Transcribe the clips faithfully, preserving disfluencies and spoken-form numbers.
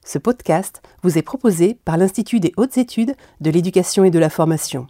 Ce podcast vous est proposé par l'Institut des hautes études de l'éducation et de la formation.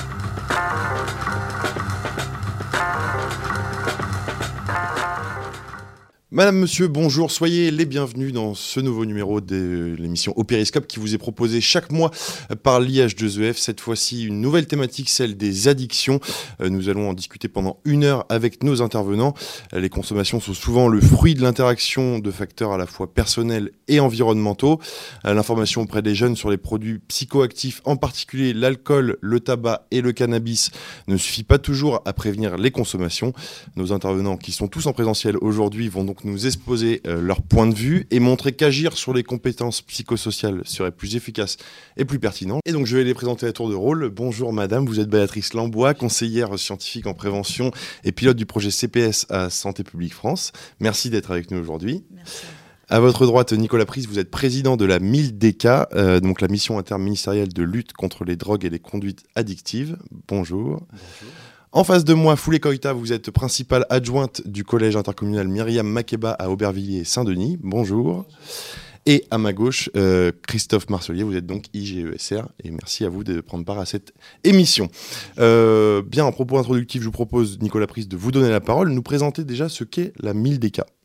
Madame, monsieur, bonjour, soyez les bienvenus dans ce nouveau numéro de l'émission Au Périscope qui vous est proposé chaque mois par l'I H deux E F. Cette fois-ci, une nouvelle thématique, celle des addictions. Nous allons en discuter pendant une heure avec nos intervenants. Les consommations sont souvent le fruit de l'interaction de facteurs à la fois personnels et environnementaux. L'information auprès des jeunes sur les produits psychoactifs, en particulier l'alcool, le tabac et le cannabis, ne suffit pas toujours à prévenir les consommations. Nos intervenants, qui sont tous en présentiel aujourd'hui, vont donc nous exposer euh, leur point de vue et montrer qu'agir sur les compétences psychosociales serait plus efficace et plus pertinent. Et donc je vais les présenter à tour de rôle. Bonjour madame, vous êtes Béatrice Lambois, conseillère scientifique en prévention et pilote du projet C P S à Santé publique France. Merci d'être avec nous aujourd'hui. Merci. À votre droite, Nicolas Pris, vous êtes président de la M I L D E C A, euh, donc la mission interministérielle de lutte contre les drogues et les conduites addictives. Bonjour. Bonjour. En face de moi, Foulé Koïta, vous êtes principale adjointe du collège intercommunal Myriam Makeba à Aubervilliers et Saint-Denis. Bonjour. Et à ma gauche, euh, Christophe Marcelier, vous êtes donc I G E S R et merci à vous de prendre part à cette émission. Euh, bien, en propos introductif, je vous propose, Nicolas Pris, de vous donner la parole, nous présenter déjà ce qu'est la M I L D E C A.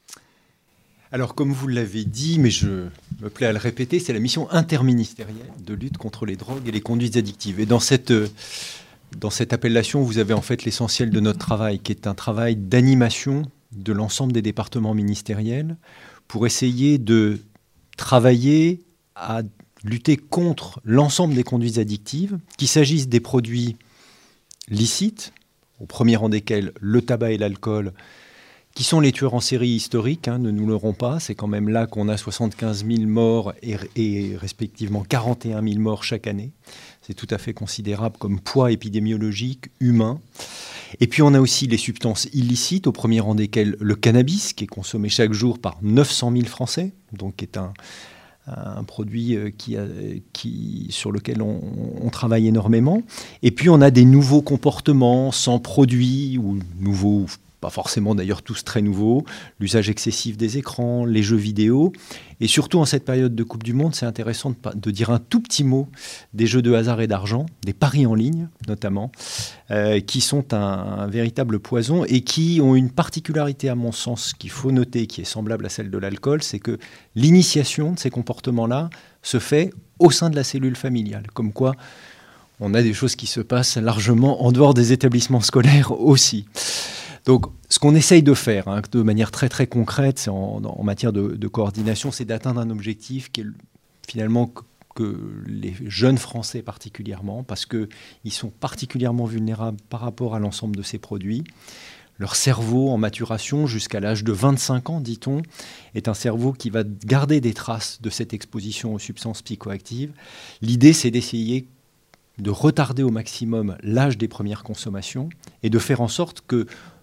Alors, comme vous l'avez dit, mais je me plais à le répéter, c'est la mission interministérielle de lutte contre les drogues et les conduites addictives. Et dans cette... Euh, Dans cette appellation, vous avez en fait l'essentiel de notre travail, qui est un travail d'animation de l'ensemble des départements ministériels pour essayer de travailler à lutter contre l'ensemble des conduites addictives, qu'il s'agisse des produits licites, au premier rang desquels le tabac et l'alcool, qui sont les tueurs en série historiques, hein, ne nous leurrons pas, c'est quand même là qu'on a soixante-quinze mille morts et, et respectivement quarante et un mille morts chaque année. C'est tout à fait considérable comme poids épidémiologique humain. Et puis on a aussi les substances illicites, au premier rang desquelles le cannabis, qui est consommé chaque jour par neuf cent mille Français, donc qui est un, un produit qui a, qui, sur lequel on, on travaille énormément. Et puis on a des nouveaux comportements sans produits, ou nouveaux, pas forcément d'ailleurs tous très nouveaux, l'usage excessif des écrans, les jeux vidéo. Et surtout en cette période de Coupe du Monde, c'est intéressant de, de dire un tout petit mot des jeux de hasard et d'argent, des paris en ligne notamment, euh, qui sont un, un véritable poison et qui ont une particularité à mon sens qu'il faut noter, qui est semblable à celle de l'alcool, c'est que l'initiation de ces comportements-là se fait au sein de la cellule familiale. Comme quoi, on a des choses qui se passent largement en dehors des établissements scolaires aussi. Donc, ce qu'on essaye de faire, hein, de manière très très concrète, c'est en, en matière de, de coordination, c'est d'atteindre un objectif qui est finalement que, que les jeunes Français particulièrement, parce qu'ils sont particulièrement vulnérables par rapport à l'ensemble de ces produits. Leur cerveau en maturation, jusqu'à l'âge de vingt-cinq ans, dit-on, est un cerveau qui va garder des traces de cette exposition aux substances psychoactives. L'idée, c'est d'essayer de retarder au maximum l'âge des premières consommations et de faire en sorte que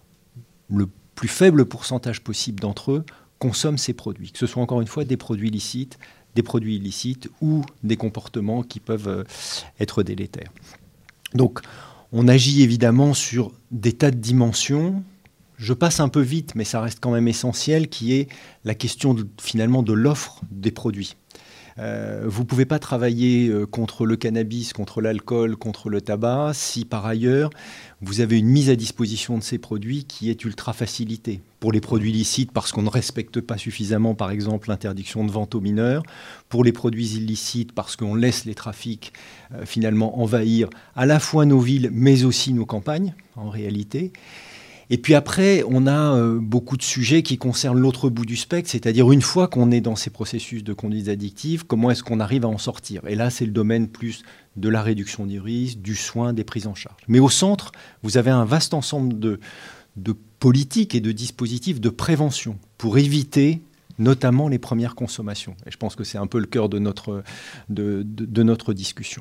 le plus faible pourcentage possible d'entre eux consomment ces produits, que ce soit encore une fois des produits licites, des produits illicites ou des comportements qui peuvent être délétères. Donc, on agit évidemment sur des tas de dimensions. Je passe un peu vite, mais ça reste quand même essentiel, qui est la question de, finalement de l'offre des produits. Euh, vous ne pouvez pas travailler euh, contre le cannabis, contre l'alcool, contre le tabac, si par ailleurs vous avez une mise à disposition de ces produits qui est ultra facilitée. Pour les produits licites, parce qu'on ne respecte pas suffisamment, par exemple, l'interdiction de vente aux mineurs. Pour les produits illicites, parce qu'on laisse les trafics euh, finalement envahir à la fois nos villes, mais aussi nos campagnes, en réalité. Et puis après, on a euh, beaucoup de sujets qui concernent l'autre bout du spectre, c'est-à-dire une fois qu'on est dans ces processus de conduite addictive, comment est-ce qu'on arrive à en sortir? Et là, c'est le domaine plus de la réduction du risque, du soin, des prises en charge. Mais au centre, vous avez un vaste ensemble de, de politiques et de dispositifs de prévention pour éviter notamment les premières consommations. Et je pense que c'est un peu le cœur de notre, de, de, de notre discussion.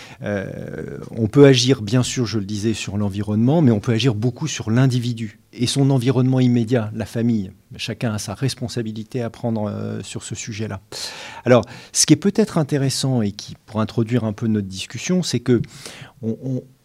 Euh, on peut agir, bien sûr, je le disais, sur l'environnement, mais on peut agir beaucoup sur l'individu et son environnement immédiat, la famille. Chacun a sa responsabilité à prendre euh, sur ce sujet-là. Alors, ce qui est peut-être intéressant et qui, pour introduire un peu notre discussion, c'est que on, on,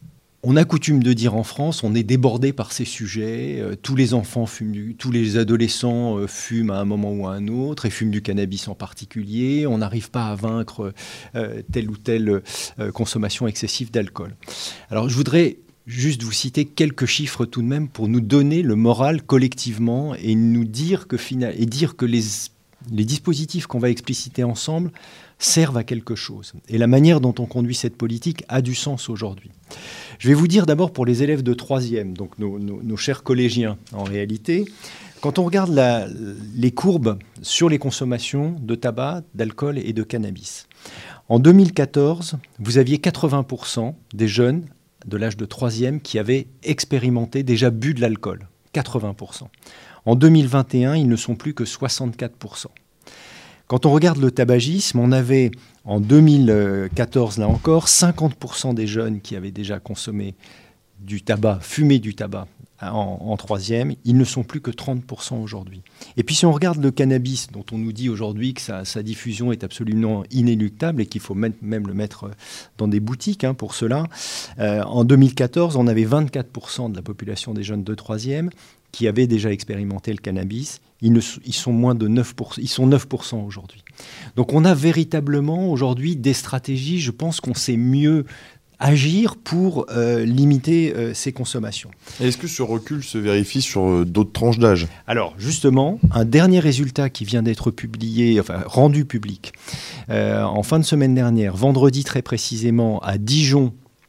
On a coutume de dire en France, on est débordé par ces sujets. Euh, tous les enfants fument, du, tous les adolescents euh, fument à un moment ou à un autre, et fument du cannabis en particulier. On n'arrive pas à vaincre euh, telle ou telle euh, consommation excessive d'alcool. Alors, je voudrais juste vous citer quelques chiffres tout de même pour nous donner le moral collectivement et nous dire que, et dire que les, les dispositifs qu'on va expliciter ensemble servent à quelque chose. Et la manière dont on conduit cette politique a du sens aujourd'hui. Je vais vous dire d'abord pour les élèves de troisième, donc nos, nos, nos chers collégiens en réalité, quand on regarde la, les courbes sur les consommations de tabac, d'alcool et de cannabis, en deux mille quatorze, vous aviez quatre-vingts pour cent des jeunes de l'âge de troisième qui avaient expérimenté, déjà bu de l'alcool, quatre-vingts pour cent. En deux mille vingt et un, ils ne sont plus que soixante-quatre pour cent. Quand on regarde le tabagisme, on avait en deux mille quatorze, là encore, cinquante pour cent des jeunes qui avaient déjà consommé du tabac, fumé du tabac en, en troisième. Ils ne sont plus que trente pour cent aujourd'hui. Et puis si on regarde le cannabis, dont on nous dit aujourd'hui que sa, sa diffusion est absolument inéluctable et qu'il faut même, même le mettre dans des boutiques hein, pour cela, euh, en deux mille quatorze, on avait vingt-quatre pour cent de la population des jeunes de troisième qui avaient déjà expérimenté le cannabis. Ils, ne, ils sont moins de neuf pour cent, ils sont neuf pour cent aujourd'hui. Donc on a véritablement aujourd'hui des stratégies, je pense qu'on sait mieux agir pour euh, limiter euh, ces consommations. Est-ce que ce recul se vérifie sur euh, d'autres tranches d'âge ? Alors justement, un dernier résultat qui vient d'être publié, enfin rendu public euh, en fin de semaine dernière, vendredi très précisément à Dijon,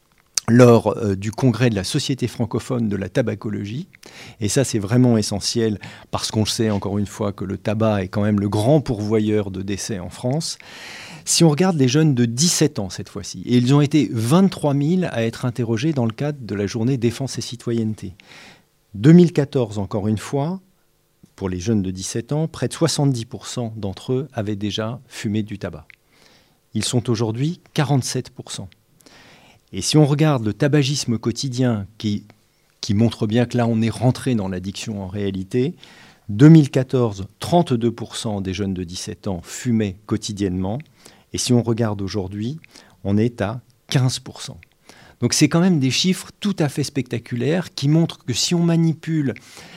lors euh, du congrès de la Société francophone de la tabacologie. Et ça, c'est vraiment essentiel parce qu'on le sait, encore une fois, que le tabac est quand même le grand pourvoyeur de décès en France. Si on regarde les jeunes de dix-sept ans cette fois-ci, et ils ont été vingt-trois mille à être interrogés dans le cadre de la journée défense et citoyenneté. deux mille quatorze, encore une fois, pour les jeunes de dix-sept ans, près de soixante-dix pour cent d'entre eux avaient déjà fumé du tabac. Ils sont aujourd'hui quarante-sept pour cent. Et si on regarde le tabagisme quotidien, qui, qui montre bien que là, on est rentré dans l'addiction en réalité, deux mille quatorze, trente-deux pour cent des jeunes de dix-sept ans fumaient quotidiennement. Et si on regarde aujourd'hui, on est à quinze pour cent. Donc c'est quand même des chiffres tout à fait spectaculaires qui montrent que si on manipule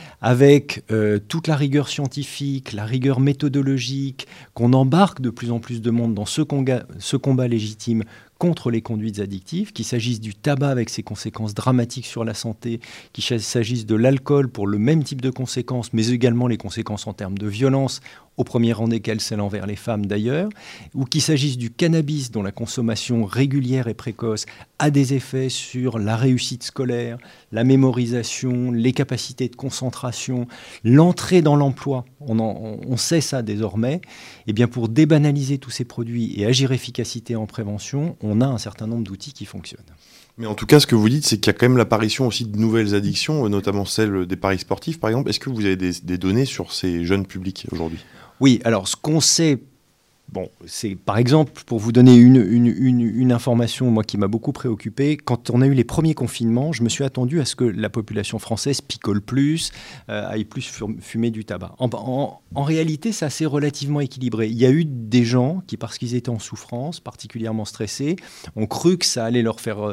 avec euh, toute la rigueur scientifique, la rigueur méthodologique, qu'on embarque de plus en plus de monde dans ce combat, ce combat légitime contre les conduites addictives, qu'il s'agisse du tabac avec ses conséquences dramatiques sur la santé, qu'il s'agisse de l'alcool pour le même type de conséquences, mais également les conséquences en termes de violence, au premier rang desquelles celles envers les femmes d'ailleurs, ou qu'il s'agisse du cannabis dont la consommation régulière et précoce a des effets sur la réussite scolaire, la mémorisation, les capacités de concentration, l'entrée dans l'emploi, on, en, on sait ça désormais, et bien pour débanaliser tous ces produits et agir efficacité en prévention, on a un certain nombre d'outils qui fonctionnent. Mais en tout cas, ce que vous dites, c'est qu'il y a quand même l'apparition aussi de nouvelles addictions, notamment celle des paris sportifs, par exemple. Est-ce que vous avez des, des données sur ces jeunes publics aujourd'hui ? Oui, alors ce qu'on sait, bon, c'est par exemple, pour vous donner une, une, une, une information, moi qui m'a beaucoup préoccupé, quand on a eu les premiers confinements, je me suis attendu à ce que la population française picole plus, euh, aille plus fumer du tabac. En, en, en réalité, ça s'est relativement équilibré. Il y a eu des gens qui, parce qu'ils étaient en souffrance, particulièrement stressés, ont cru que ça allait leur faire... Euh,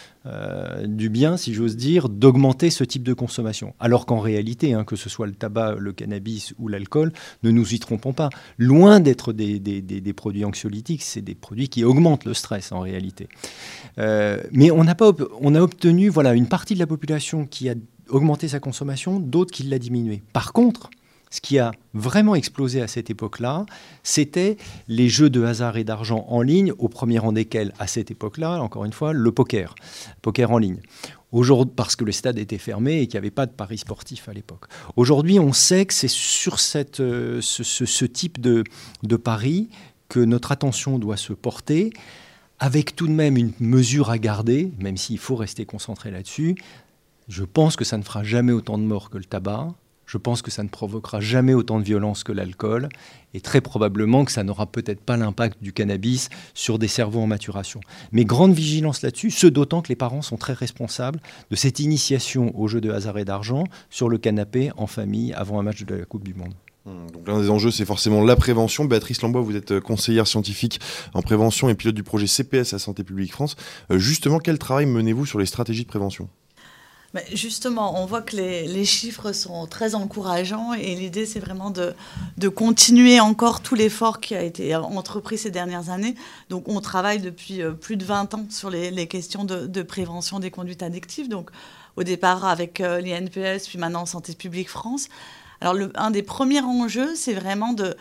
Euh, du bien, si j'ose dire, d'augmenter ce type de consommation. Alors qu'en réalité, hein, que ce soit le tabac, le cannabis ou l'alcool, ne nous y trompons pas. Loin d'être des, des, des, des produits anxiolytiques, c'est des produits qui augmentent le stress en réalité. Euh, mais on n'a pas, on a obtenu voilà, une partie de la population qui a augmenté sa consommation, d'autres qui l'a diminué. Par contre, ce qui a vraiment explosé à cette époque-là, c'était les jeux de hasard et d'argent en ligne, au premier rang desquels, à cette époque-là, encore une fois, le poker, poker en ligne. Aujourd'hui, parce que le stade était fermé et qu'il n'y avait pas de paris sportifs à l'époque. Aujourd'hui, on sait que c'est sur cette, euh, ce, ce, ce type de, de paris que notre attention doit se porter, avec tout de même une mesure à garder, même s'il faut rester concentré là-dessus. Je pense que ça ne fera jamais autant de morts que le tabac. Je pense que ça ne provoquera jamais autant de violence que l'alcool et très probablement que ça n'aura peut-être pas l'impact du cannabis sur des cerveaux en maturation. Mais grande vigilance là-dessus, ce d'autant que les parents sont très responsables de cette initiation aux jeux de hasard et d'argent sur le canapé en famille avant un match de la Coupe du Monde. Donc l'un des enjeux, c'est forcément la prévention. Béatrice Lambois, vous êtes conseillère scientifique en prévention et pilote du projet C P S à Santé publique France. Euh, justement, quel travail menez-vous sur les stratégies de prévention ? Mais justement, on voit que les, les chiffres sont très encourageants et l'idée, c'est vraiment de, de continuer encore tout l'effort qui a été entrepris ces dernières années. Donc, on travaille depuis plus de vingt ans sur les, les questions de, de prévention des conduites addictives. Donc, au départ avec euh, l'I N P S, puis maintenant Santé publique France. Alors, le, un des premiers enjeux, c'est vraiment de,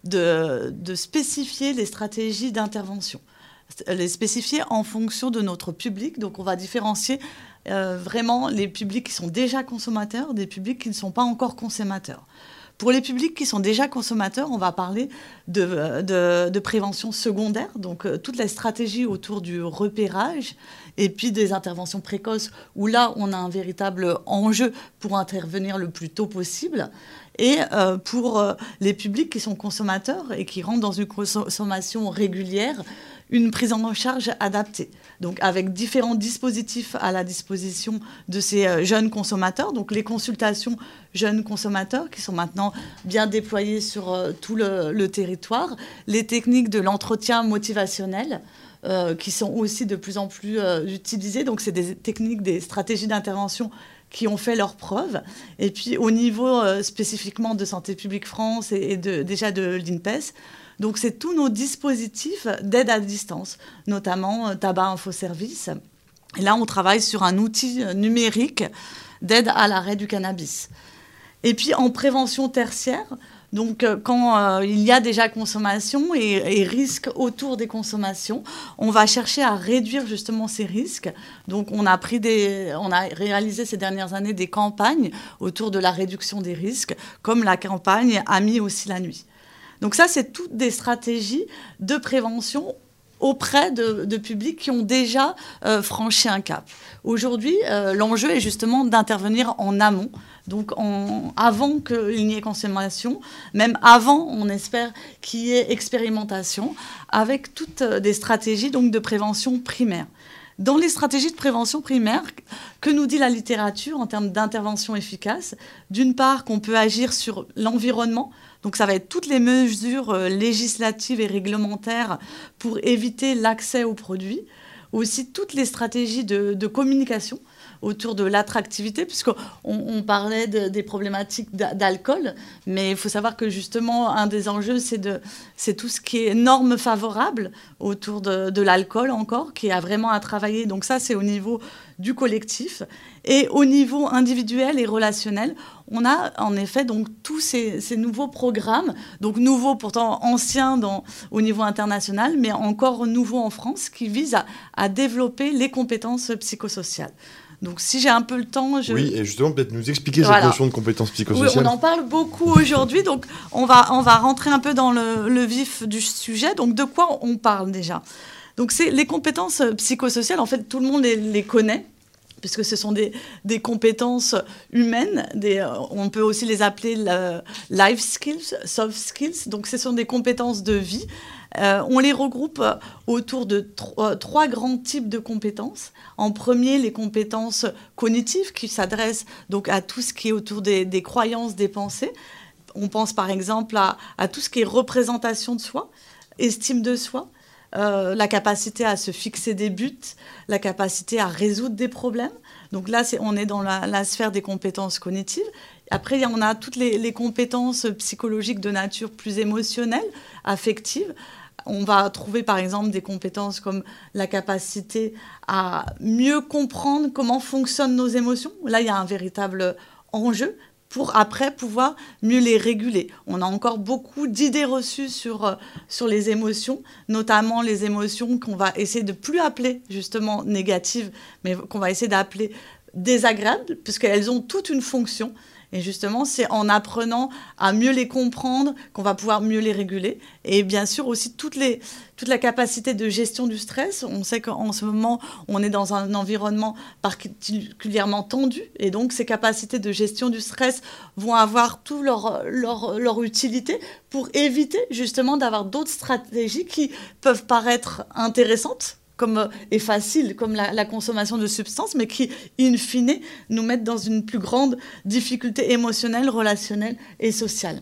de, de spécifier les stratégies d'intervention. Les spécifier en fonction de notre public. Donc, on va différencier euh, vraiment les publics qui sont déjà consommateurs des publics qui ne sont pas encore consommateurs. Pour les publics qui sont déjà consommateurs, on va parler de, de, de prévention secondaire, donc euh, toute la stratégie autour du repérage et puis des interventions précoces où là, on a un véritable enjeu pour intervenir le plus tôt possible. Et euh, pour euh, les publics qui sont consommateurs et qui rentrent dans une consommation régulière, une prise en charge adaptée. Donc avec différents dispositifs à la disposition de ces euh, jeunes consommateurs. Donc les consultations jeunes consommateurs qui sont maintenant bien déployées sur euh, tout le, le territoire. Les techniques de l'entretien motivationnel euh, qui sont aussi de plus en plus euh, utilisées. Donc c'est des techniques, des stratégies d'intervention qui ont fait leurs preuves. Et puis au niveau euh, spécifiquement de Santé publique France et, et de, déjà de l'I N P E S, donc c'est tous nos dispositifs d'aide à distance, notamment euh, tabac infoservice. Et là, on travaille sur un outil numérique d'aide à l'arrêt du cannabis. Et puis en prévention tertiaire, donc euh, quand euh, il y a déjà consommation et, et risques autour des consommations, on va chercher à réduire justement ces risques. Donc on a, pris des, on a réalisé ces dernières années des campagnes autour de la réduction des risques, comme la campagne Amis aussi la nuit. Donc ça, c'est toutes des stratégies de prévention auprès de, de publics qui ont déjà euh, franchi un cap. Aujourd'hui, euh, l'enjeu est justement d'intervenir en amont, donc en, avant qu'il n'y ait consommation, même avant, on espère qu'il y ait expérimentation, avec toutes des stratégies donc, de prévention primaire. Dans les stratégies de prévention primaire, que nous dit la littérature en termes d'intervention efficace ? D'une part, qu'on peut agir sur l'environnement. Donc ça va être toutes les mesures législatives et réglementaires pour éviter l'accès aux produits. Aussi toutes les stratégies de, de communication autour de l'attractivité, puisqu'on on parlait de, des problématiques d'alcool, mais il faut savoir que justement, un des enjeux, c'est de, c'est tout ce qui est normes favorables autour de, de l'alcool encore, qui a vraiment à travailler. Donc ça, c'est au niveau du collectif. Et au niveau individuel et relationnel, on a en effet donc tous ces, ces nouveaux programmes, donc nouveaux pourtant anciens dans, au niveau international, mais encore nouveaux en France, qui visent à, à développer les compétences psychosociales. Donc, si j'ai un peu le temps... Je... Oui, et justement, peut-être nous expliquer voilà. cette notion de compétences psychosociales. Oui, on en parle beaucoup aujourd'hui, donc on va, on va rentrer un peu dans le, le vif du sujet. Donc, de quoi on parle déjà ? Donc, c'est les compétences psychosociales, en fait, tout le monde les, les connaît, puisque ce sont des, des compétences humaines. Des, on peut aussi les appeler le, life skills, soft skills. Donc, ce sont des compétences de vie. Euh, on les regroupe autour de trois, trois grands types de compétences. En premier, les compétences cognitives qui s'adressent donc à tout ce qui est autour des, des croyances, des pensées. On pense par exemple à, à tout ce qui est représentation de soi, estime de soi, euh, la capacité à se fixer des buts, la capacité à résoudre des problèmes. Donc là, c'est, on est dans la, la sphère des compétences cognitives. Après, on a toutes les, les compétences psychologiques de nature plus émotionnelle, affective. On va trouver par exemple des compétences comme la capacité à mieux comprendre comment fonctionnent nos émotions. Là, il y a un véritable enjeu pour après pouvoir mieux les réguler. On a encore beaucoup d'idées reçues sur, sur les émotions, notamment les émotions qu'on va essayer de plus appeler justement négatives, mais qu'on va essayer d'appeler désagréables, puisqu'elles ont toute une fonction. Et justement, c'est en apprenant à mieux les comprendre qu'on va pouvoir mieux les réguler. Et bien sûr aussi toutes les, toute la capacité de gestion du stress. On sait qu'en ce moment, on est dans un environnement particulièrement tendu. Et donc, ces capacités de gestion du stress vont avoir toute leur, leur, leur utilité pour éviter justement d'avoir d'autres stratégies qui peuvent paraître intéressantes comme, et facile, comme la, la consommation de substances, mais qui, in fine, nous mettent dans une plus grande difficulté émotionnelle, relationnelle et sociale.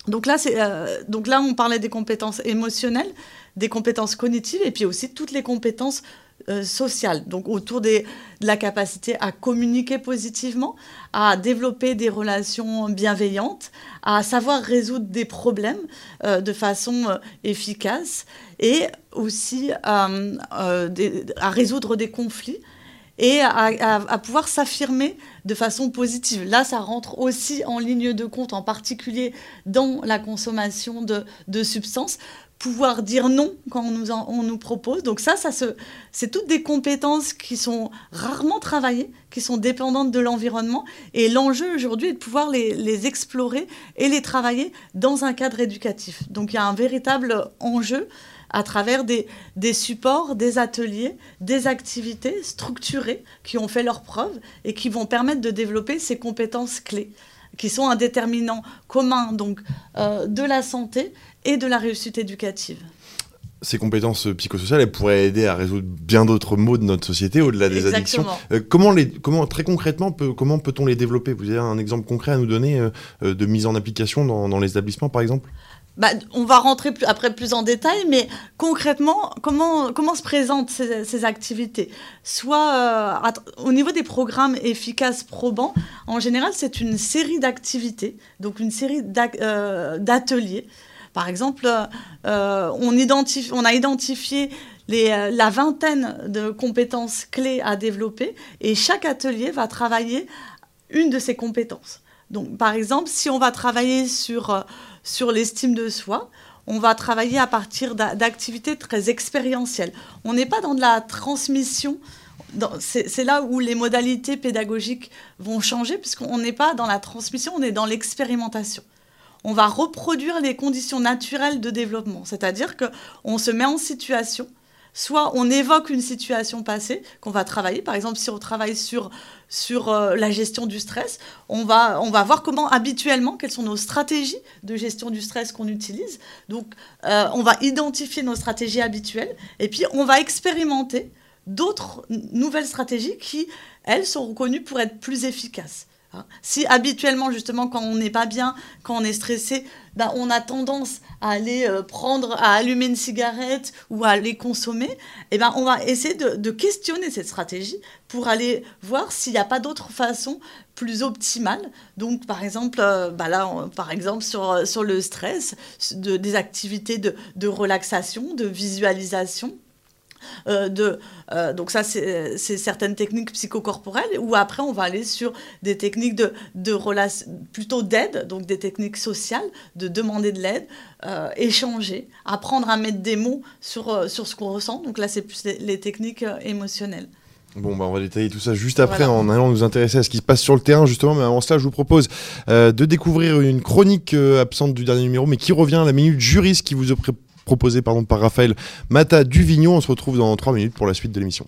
Donc là, c'est, euh, donc là, on parlait des compétences émotionnelles, des compétences cognitives et puis aussi toutes les compétences euh, sociales. Donc autour des, de la capacité à communiquer positivement, à développer des relations bienveillantes, à savoir résoudre des problèmes euh, de façon euh, efficace et aussi euh, euh, des, à résoudre des conflits et à, à, à pouvoir s'affirmer de façon positive. Là, ça rentre aussi en ligne de compte, en particulier dans la consommation de, de substances, pouvoir dire non quand on nous, en, on nous propose. Donc ça, ça se, c'est toutes des compétences qui sont rarement travaillées, qui sont dépendantes de l'environnement. Et l'enjeu aujourd'hui est de pouvoir les, les explorer et les travailler dans un cadre éducatif. Donc il y a un véritable enjeu à travers des, des supports, des ateliers, des activités structurées qui ont fait leurs preuves et qui vont permettre de développer ces compétences clés, qui sont un déterminant commun donc, euh, de la santé et de la réussite éducative. Ces compétences psychosociales, elles pourraient aider à résoudre bien d'autres maux de notre société, au-delà des Exactement. addictions. Euh, comment, les, comment, très concrètement, peut, comment peut-on les développer ? Vous avez un exemple concret à nous donner euh, de mise en application dans, dans les établissements, par exemple ? Bah, on va rentrer plus, après plus en détail, mais concrètement, comment, comment se présentent ces, ces activités ? Soit euh, à, au niveau des programmes efficaces probants, en général, c'est une série d'activités, donc une série euh, d'ateliers. Par exemple, euh, on, identifie, on a identifié les, euh, la vingtaine de compétences clés à développer et chaque atelier va travailler une de ces compétences. Donc, par exemple, si on va travailler sur... Euh, sur l'estime de soi, on va travailler à partir d'activités très expérientielles. On n'est pas dans de la transmission, c'est, c'est là où les modalités pédagogiques vont changer, puisqu'on n'est pas dans la transmission, on est dans l'expérimentation. On va reproduire les conditions naturelles de développement, c'est-à-dire qu'on se met en situation, soit on évoque une situation passée qu'on va travailler. Par exemple, si on travaille sur, sur euh, la gestion du stress, on va, on va voir comment habituellement, quelles sont nos stratégies de gestion du stress qu'on utilise. Donc, euh, on va identifier nos stratégies habituelles et puis on va expérimenter d'autres nouvelles stratégies qui, elles, sont reconnues pour être plus efficaces. Si habituellement, justement, quand on n'est pas bien, quand on est stressé, ben, on a tendance à aller euh, prendre, à allumer une cigarette ou à aller consommer, eh ben, on va essayer de, de questionner cette stratégie pour aller voir s'il n'y a pas d'autres façons plus optimales. Donc, par exemple, euh, ben là, on, par exemple sur, sur le stress, de, des activités de, de relaxation, de visualisation. Euh, de, euh, donc ça, c'est, c'est certaines techniques psychocorporelles, ou après, on va aller sur des techniques de, de relation, plutôt d'aide, donc des techniques sociales, de demander de l'aide, euh, échanger, apprendre à mettre des mots sur, euh, sur ce qu'on ressent. Donc là, c'est plus les, les techniques euh, émotionnelles. Bon, bah on va détailler tout ça juste après, voilà. En allant nous intéresser à ce qui se passe sur le terrain, justement. Mais avant cela, je vous propose euh, de découvrir une chronique euh, absente du dernier numéro, mais qui revient à la minute juriste qui vous est pré- proposée pardon, par Raphaël Mata-Duvignon. On se retrouve dans trois minutes pour la suite de l'émission.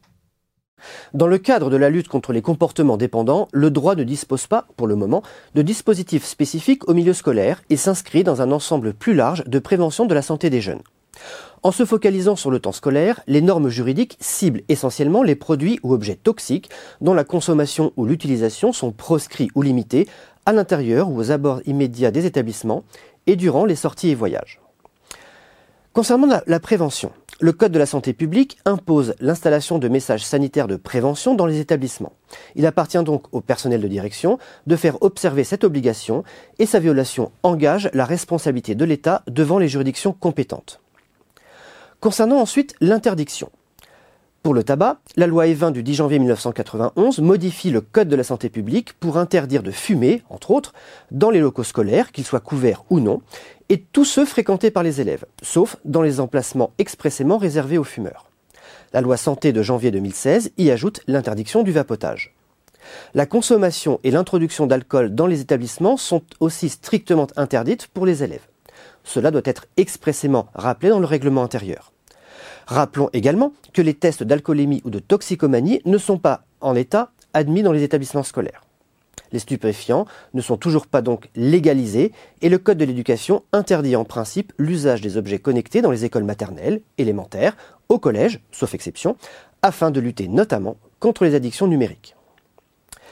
Dans le cadre de la lutte contre les comportements dépendants, le droit ne dispose pas, pour le moment, de dispositifs spécifiques au milieu scolaire et s'inscrit dans un ensemble plus large de prévention de la santé des jeunes. En se focalisant sur le temps scolaire, les normes juridiques ciblent essentiellement les produits ou objets toxiques dont la consommation ou l'utilisation sont proscrits ou limités à l'intérieur ou aux abords immédiats des établissements et durant les sorties et voyages. Concernant la, la prévention, le Code de la santé publique impose l'installation de messages sanitaires de prévention dans les établissements. Il appartient donc au personnel de direction de faire observer cette obligation et sa violation engage la responsabilité de l'État devant les juridictions compétentes. Concernant ensuite l'interdiction. Pour le tabac, la loi E vingt du dix janvier mille neuf cent quatre-vingt-onze modifie le Code de la santé publique pour interdire de fumer, entre autres, dans les locaux scolaires, qu'ils soient couverts ou non, et tous ceux fréquentés par les élèves, sauf dans les emplacements expressément réservés aux fumeurs. La loi Santé de janvier deux mille seize y ajoute l'interdiction du vapotage. La consommation et l'introduction d'alcool dans les établissements sont aussi strictement interdites pour les élèves. Cela doit être expressément rappelé dans le règlement intérieur. Rappelons également que les tests d'alcoolémie ou de toxicomanie ne sont pas, en l'état, admis dans les établissements scolaires. Les stupéfiants ne sont toujours pas donc légalisés et le Code de l'éducation interdit en principe l'usage des objets connectés dans les écoles maternelles, élémentaires, au collège, sauf exception, afin de lutter notamment contre les addictions numériques.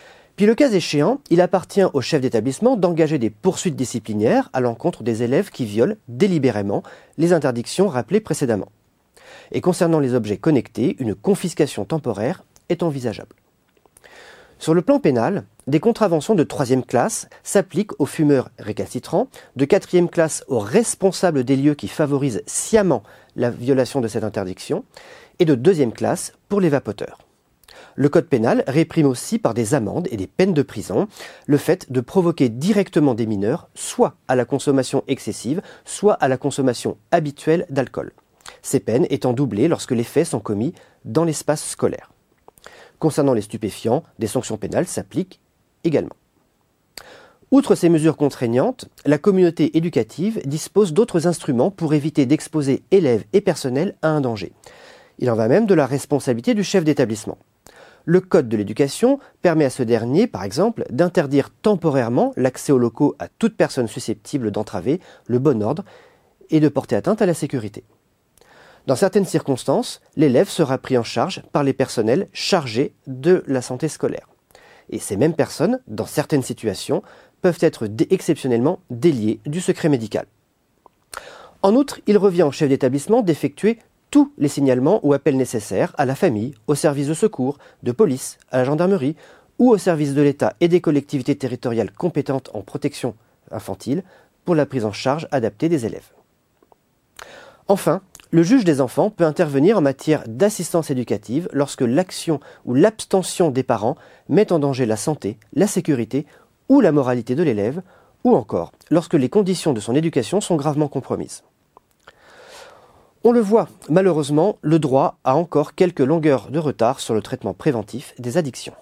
Puis le cas échéant, il appartient au chef d'établissement d'engager des poursuites disciplinaires à l'encontre des élèves qui violent délibérément les interdictions rappelées précédemment. Et concernant les objets connectés, une confiscation temporaire est envisageable. Sur le plan pénal, des contraventions de troisième classe s'appliquent aux fumeurs récalcitrants, de quatrième classe aux responsables des lieux qui favorisent sciemment la violation de cette interdiction, et de deuxième classe pour les vapoteurs. Le code pénal réprime aussi par des amendes et des peines de prison le fait de provoquer directement des mineurs soit à la consommation excessive, soit à la consommation habituelle d'alcool. Ces peines étant doublées lorsque les faits sont commis dans l'espace scolaire. Concernant les stupéfiants, des sanctions pénales s'appliquent également. Outre ces mesures contraignantes, la communauté éducative dispose d'autres instruments pour éviter d'exposer élèves et personnel à un danger. Il en va même de la responsabilité du chef d'établissement. Le Code de l'éducation permet à ce dernier, par exemple, d'interdire temporairement l'accès aux locaux à toute personne susceptible d'entraver le bon ordre et de porter atteinte à la sécurité. Dans certaines circonstances, l'élève sera pris en charge par les personnels chargés de la santé scolaire. Et ces mêmes personnes, dans certaines situations, peuvent être dé- exceptionnellement déliées du secret médical. En outre, il revient au chef d'établissement d'effectuer tous les signalements ou appels nécessaires à la famille, aux services de secours, de police, à la gendarmerie ou aux services de l'État et des collectivités territoriales compétentes en protection infantile pour la prise en charge adaptée des élèves. Enfin, le juge des enfants peut intervenir en matière d'assistance éducative lorsque l'action ou l'abstention des parents met en danger la santé, la sécurité ou la moralité de l'élève, ou encore lorsque les conditions de son éducation sont gravement compromises. On le voit, malheureusement, le droit a encore quelques longueurs de retard sur le traitement préventif des addictions.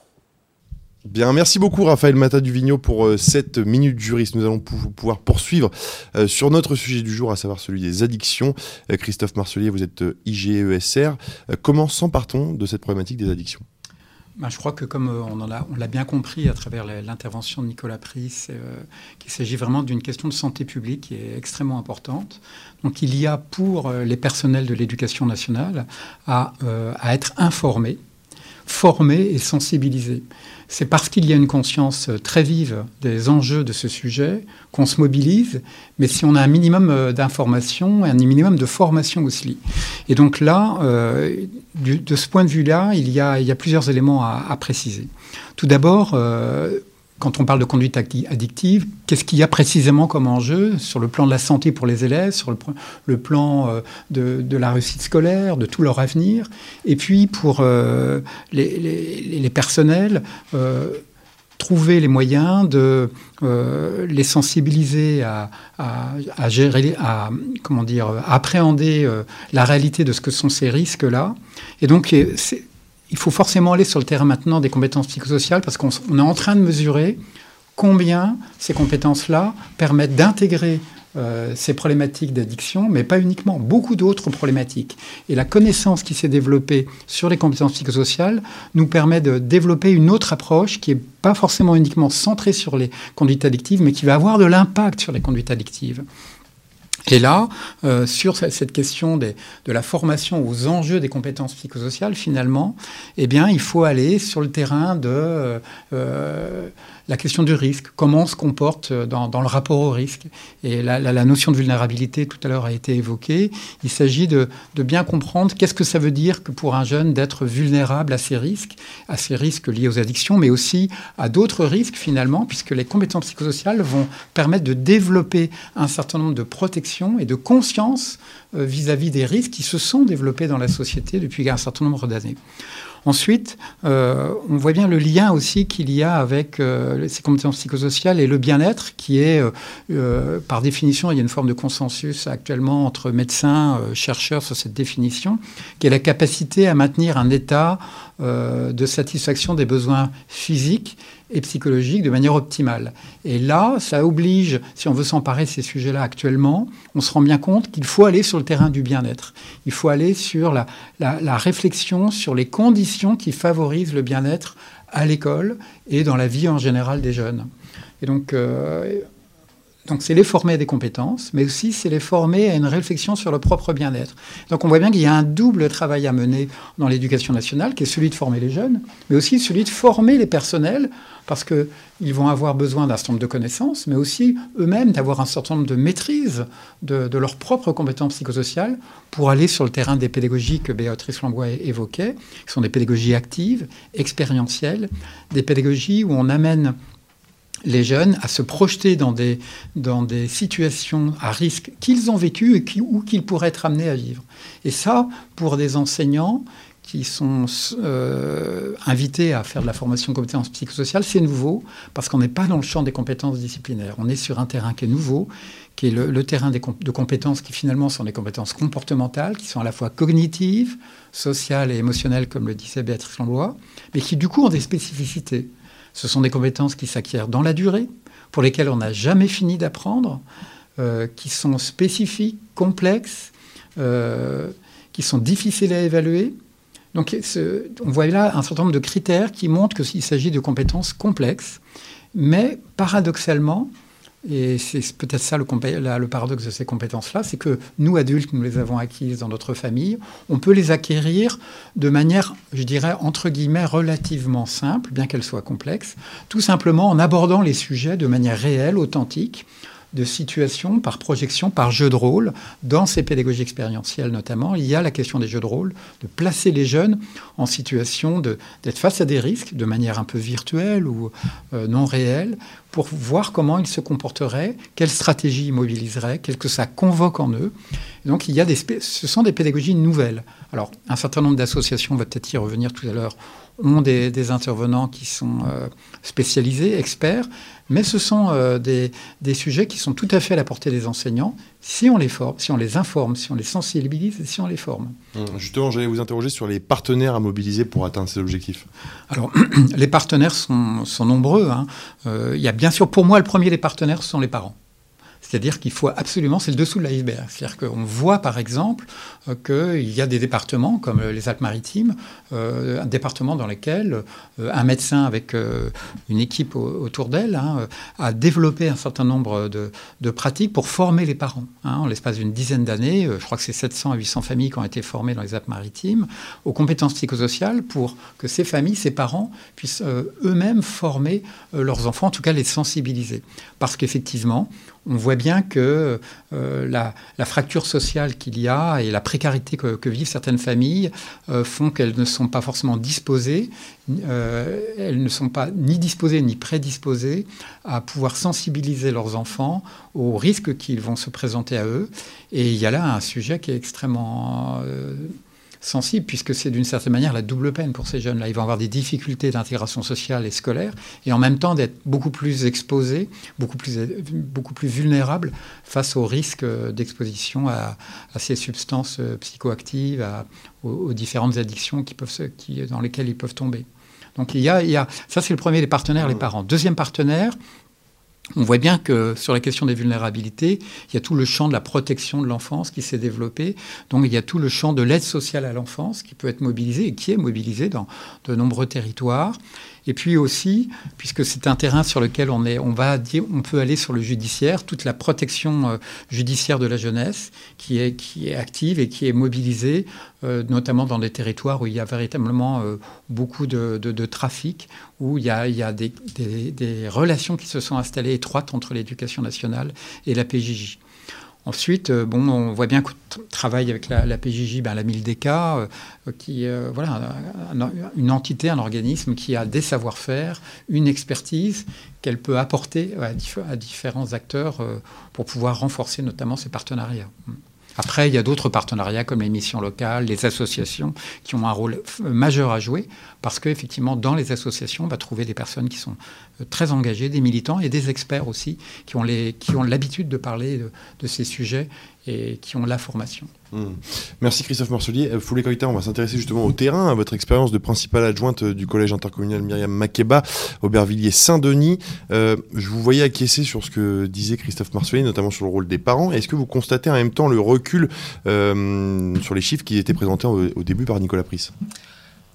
Bien, merci beaucoup Raphaël Mata-Duvigneau pour euh, cette minute juriste. Nous allons pou- pouvoir poursuivre euh, sur notre sujet du jour, à savoir celui des addictions. Euh, Christophe Marcelier, vous êtes euh, I G E S R. Euh, comment s'empare-t-on de cette problématique des addictions ? Ben, je crois que comme euh, on, en a, on l'a bien compris à travers l'intervention de Nicolas Pris, euh, qu'il s'agit vraiment d'une question de santé publique qui est extrêmement importante. Donc il y a pour euh, les personnels de l'éducation nationale à, euh, à être informés, formés et sensibilisés. C'est parce qu'il y a une conscience très vive des enjeux de ce sujet qu'on se mobilise, mais si on a un minimum d'information et un minimum de formation aussi. Et donc là, euh, du, de ce point de vue-là, il y a, il y a plusieurs éléments à, à préciser. Tout d'abord, euh, quand on parle de conduite addictive, qu'est-ce qu'il y a précisément comme enjeu sur le plan de la santé pour les élèves, sur le, le plan euh, de, de la réussite scolaire, de tout leur avenir, et puis pour euh, les, les, les personnels, euh, trouver les moyens de euh, les sensibiliser à, à, à gérer, à, comment dire, à appréhender euh, la réalité de ce que sont ces risques-là. Et donc, c'est il faut forcément aller sur le terrain maintenant des compétences psychosociales parce qu'on on est en train de mesurer combien ces compétences-là permettent d'intégrer euh, ces problématiques d'addiction, mais pas uniquement, beaucoup d'autres problématiques. Et la connaissance qui s'est développée sur les compétences psychosociales nous permet de développer une autre approche qui n'est pas forcément uniquement centrée sur les conduites addictives, mais qui va avoir de l'impact sur les conduites addictives. Et là, euh, sur cette question des, de la formation aux enjeux des compétences psychosociales, finalement, eh bien, il faut aller sur le terrain de euh, la question du risque, comment on se comporte dans, dans le rapport au risque. Et la, la, la notion de vulnérabilité, tout à l'heure, a été évoquée. Il s'agit de, de bien comprendre qu'est-ce que ça veut dire que pour un jeune d'être vulnérable à ces risques, à ces risques liés aux addictions, mais aussi à d'autres risques, finalement, puisque les compétences psychosociales vont permettre de développer un certain nombre de protections et de conscience euh, vis-à-vis des risques qui se sont développés dans la société depuis un certain nombre d'années. Ensuite, euh, on voit bien le lien aussi qu'il y a avec euh, ces compétences psychosociales et le bien-être, qui est, euh, euh, par définition, il y a une forme de consensus actuellement entre médecins, euh, chercheurs sur cette définition, qui est la capacité à maintenir un état euh, de satisfaction des besoins physiques et psychologiques de manière optimale. Et là, ça oblige, si on veut s'emparer de ces sujets-là actuellement, on se rend bien compte qu'il faut aller sur le terrain du bien-être. Il faut aller sur la, la, la réflexion sur les conditions qui favorisent le bien-être à l'école et dans la vie en général des jeunes. Et donc, euh, Donc c'est les former à des compétences, mais aussi c'est les former à une réflexion sur le propre bien-être. Donc on voit bien qu'il y a un double travail à mener dans l'éducation nationale, qui est celui de former les jeunes, mais aussi celui de former les personnels, parce qu'ils vont avoir besoin d'un certain nombre de connaissances, mais aussi eux-mêmes d'avoir un certain nombre de maîtrises de, de leurs propres compétences psychosociales pour aller sur le terrain des pédagogies que Béatrice Langlois évoquait, qui sont des pédagogies actives, expérientielles, des pédagogies où on amène les jeunes à se projeter dans des, dans des situations à risque qu'ils ont vécues et qui, ou qu'ils pourraient être amenés à vivre. Et ça, pour des enseignants qui sont euh, invités à faire de la formation de compétences psychosociales, c'est nouveau, parce qu'on n'est pas dans le champ des compétences disciplinaires. On est sur un terrain qui est nouveau, qui est le, le terrain des comp- de compétences qui finalement sont des compétences comportementales, qui sont à la fois cognitives, sociales et émotionnelles, comme le disait Béatrice Langlois, mais qui du coup ont des spécificités. Ce sont des compétences qui s'acquièrent dans la durée, pour lesquelles on n'a jamais fini d'apprendre, euh, qui sont spécifiques, complexes, euh, qui sont difficiles à évaluer. Donc ce, on voit là un certain nombre de critères qui montrent qu'il s'agit de compétences complexes, mais paradoxalement, et c'est peut-être ça le, le paradoxe de ces compétences-là, c'est que nous, adultes, nous les avons acquises dans notre famille, on peut les acquérir de manière, je dirais, entre guillemets, relativement simple, bien qu'elles soient complexes, tout simplement en abordant les sujets de manière réelle, authentique, de situation, par projection, par jeu de rôle. Dans ces pédagogies expérientielles notamment, il y a la question des jeux de rôle, de placer les jeunes en situation de, d'être face à des risques de manière un peu virtuelle ou euh, non réelle, pour voir comment ils se comporteraient, quelle stratégie ils mobiliseraient, qu'est-ce que ça convoque en eux. Et donc il y a des, ce sont des pédagogies nouvelles. Alors un certain nombre d'associations, on va peut-être y revenir tout à l'heure, ont des, des intervenants qui sont euh, spécialisés, experts, mais ce sont euh, des, des sujets qui sont tout à fait à la portée des enseignants, si on les forme, si on les informe, si on les sensibilise et si on les forme. Justement, j'allais vous interroger sur les partenaires à mobiliser pour atteindre ces objectifs. Alors, les partenaires sont, sont nombreux. Hein. Euh, il y a bien sûr, pour moi, le premier des partenaires, ce sont les parents. C'est-à-dire qu'il faut absolument, c'est le dessous de l'iceberg. C'est-à-dire qu'on voit par exemple euh, qu'il y a des départements comme les Alpes-Maritimes, euh, un département dans lequel euh, un médecin avec euh, une équipe au, autour d'elle hein, a développé un certain nombre de, de pratiques pour former les parents. Hein, en l'espace d'une dizaine d'années, euh, je crois que c'est sept cents à huit cents familles qui ont été formées dans les Alpes-Maritimes aux compétences psychosociales pour que ces familles, ces parents puissent euh, eux-mêmes former euh, leurs enfants, en tout cas les sensibiliser. Parce qu'effectivement, on voit bien que euh, la, la fracture sociale qu'il y a et la précarité que, que vivent certaines familles euh, font qu'elles ne sont pas forcément disposées, euh, elles ne sont pas ni disposées ni prédisposées à pouvoir sensibiliser leurs enfants aux risques qui vont se présenter à eux. Et il y a là un sujet qui est extrêmement euh, sensible, puisque c'est d'une certaine manière la double peine pour ces jeunes-là. Ils vont avoir des difficultés d'intégration sociale et scolaire, et en même temps d'être beaucoup plus exposés, beaucoup plus, beaucoup plus vulnérables face aux risques d'exposition à, à ces substances psychoactives, à, aux, aux différentes addictions qui peuvent se, qui, dans lesquelles ils peuvent tomber. Donc il y a, il y a ça c'est le premier des partenaires, les parents. Deuxième partenaire, on voit bien que sur la question des vulnérabilités, il y a tout le champ de la protection de l'enfance qui s'est développé. Donc il y a tout le champ de l'aide sociale à l'enfance qui peut être mobilisé et qui est mobilisé dans de nombreux territoires. Et puis aussi, puisque c'est un terrain sur lequel on, est, on, va dire, on peut aller sur le judiciaire, toute la protection euh, judiciaire de la jeunesse qui est, qui est active et qui est mobilisée, euh, notamment dans des territoires où il y a véritablement euh, beaucoup de, de, de trafic, où il y a, il y a des, des, des relations qui se sont installées étroites entre l'éducation nationale et la P J J. Ensuite, euh, bon, on voit bien qu'on travaille avec la, la P J J, ben, la Mildeka, euh, qui euh, voilà, un, une entité, un organisme qui a des savoir-faire, une expertise qu'elle peut apporter à, diff- à différents acteurs euh, pour pouvoir renforcer notamment ces partenariats. Après, il y a d'autres partenariats comme les missions locales, les associations qui ont un rôle f- majeur à jouer parce qu'effectivement, dans les associations, on va trouver des personnes qui sont euh, très engagées, des militants et des experts aussi qui ont, les, qui ont l'habitude de parler de, de ces sujets et qui ont la formation. Mmh. Merci Christophe Marcelier. Foulet-Koita, on va s'intéresser justement au terrain, à votre expérience de principale adjointe du collège intercommunal Myriam Makeba, Aubervilliers-Saint-Denis. Euh, je vous voyais acquiescer sur ce que disait Christophe Marcelier, notamment sur le rôle des parents. Est-ce que vous constatez en même temps le recul euh, sur les chiffres qui étaient présentés au, au début par Nicolas Pris ?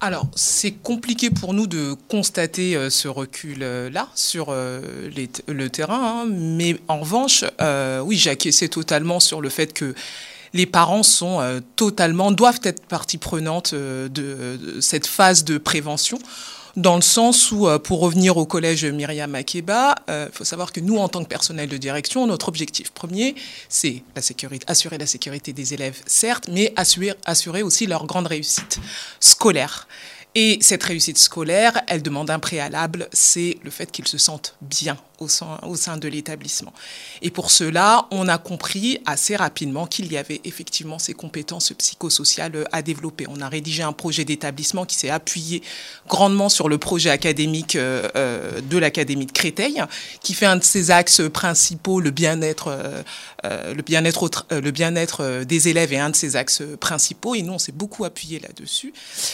Alors, c'est compliqué pour nous de constater euh, ce recul-là euh, sur euh, les t- le terrain, hein, mais en revanche, euh, oui, j'ai acquiescé totalement sur le fait que les parents sont euh, totalement, doivent être partie prenante euh, de, de cette phase de prévention. Dans le sens où, pour revenir au collège Myriam Makeba, il euh, faut savoir que nous, en tant que personnel de direction, notre objectif premier, c'est la sécurité, assurer la sécurité des élèves, certes, mais assurer, assurer aussi leur grande réussite scolaire. Et cette réussite scolaire, elle demande un préalable, c'est le fait qu'ils se sentent bien au sein, au sein de l'établissement. Et pour cela, on a compris assez rapidement qu'il y avait effectivement ces compétences psychosociales à développer. On a rédigé un projet d'établissement qui s'est appuyé grandement sur le projet académique euh, de l'Académie de Créteil, qui fait un de ses axes principaux, le bien-être, euh, le bien-être, au tra- le bien-être des élèves est un de ses axes principaux. Et nous, on s'est beaucoup appuyé là-dessus.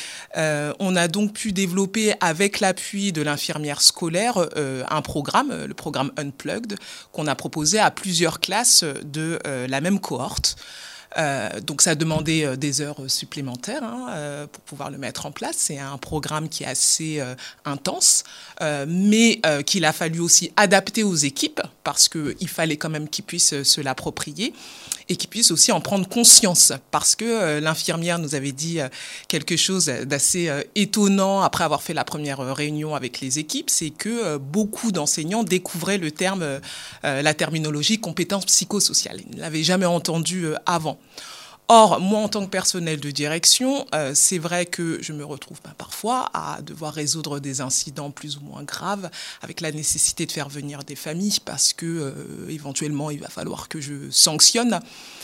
Euh, on a donc pu développer, avec l'appui de l'infirmière scolaire, euh, un programme, le programme Unplugged, qu'on a proposé à plusieurs classes de euh, la même cohorte. Euh, donc ça a demandé euh, des heures supplémentaires hein, euh, pour pouvoir le mettre en place. C'est un programme qui est assez euh, intense, euh, mais euh, qu'il a fallu aussi adapter aux équipes parce qu'il fallait quand même qu'ils puissent se l'approprier et qu'ils puissent aussi en prendre conscience parce que euh, l'infirmière nous avait dit euh, quelque chose d'assez euh, étonnant après avoir fait la première euh, réunion avec les équipes, c'est que euh, beaucoup d'enseignants découvraient le terme, euh, la terminologie compétences psychosociales. Ils ne l'avaient jamais entendu euh, avant. Or, moi, en tant que personnel de direction, euh, c'est vrai que je me retrouve ben, parfois à devoir résoudre des incidents plus ou moins graves avec la nécessité de faire venir des familles parce que euh, éventuellement, il va falloir que je sanctionne.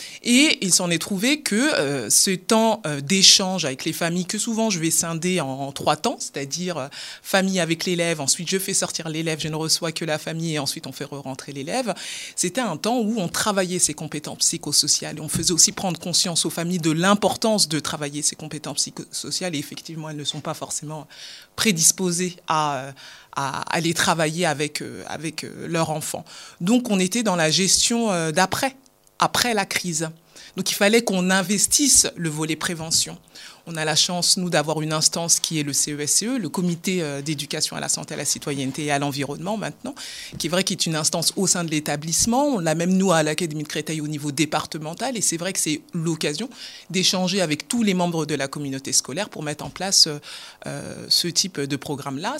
Et il s'en est trouvé que euh, ce temps euh, d'échange avec les familles, que souvent je vais scinder en, en trois temps, c'est-à-dire euh, famille avec l'élève, ensuite je fais sortir l'élève, je ne reçois que la famille et ensuite on fait re-rentrer l'élève. C'était un temps où on travaillait ses compétences psychosociales et on faisait aussi prendre conscience aux familles de l'importance de travailler ces compétences psychosociales et effectivement elles ne sont pas forcément prédisposées à, à, à les travailler avec, euh, avec euh, leur enfant. Donc on était dans la gestion euh, d'après. après la crise. Donc il fallait qu'on investisse le volet prévention. On a la chance, nous, d'avoir une instance qui est le C E S C E, le Comité d'éducation à la santé, à la citoyenneté et à l'environnement maintenant, qui est vrai qu'il est une instance au sein de l'établissement. On l'a même, nous, à l'Académie de Créteil au niveau départemental. Et c'est vrai que c'est l'occasion d'échanger avec tous les membres de la communauté scolaire pour mettre en place euh, ce type de programme-là.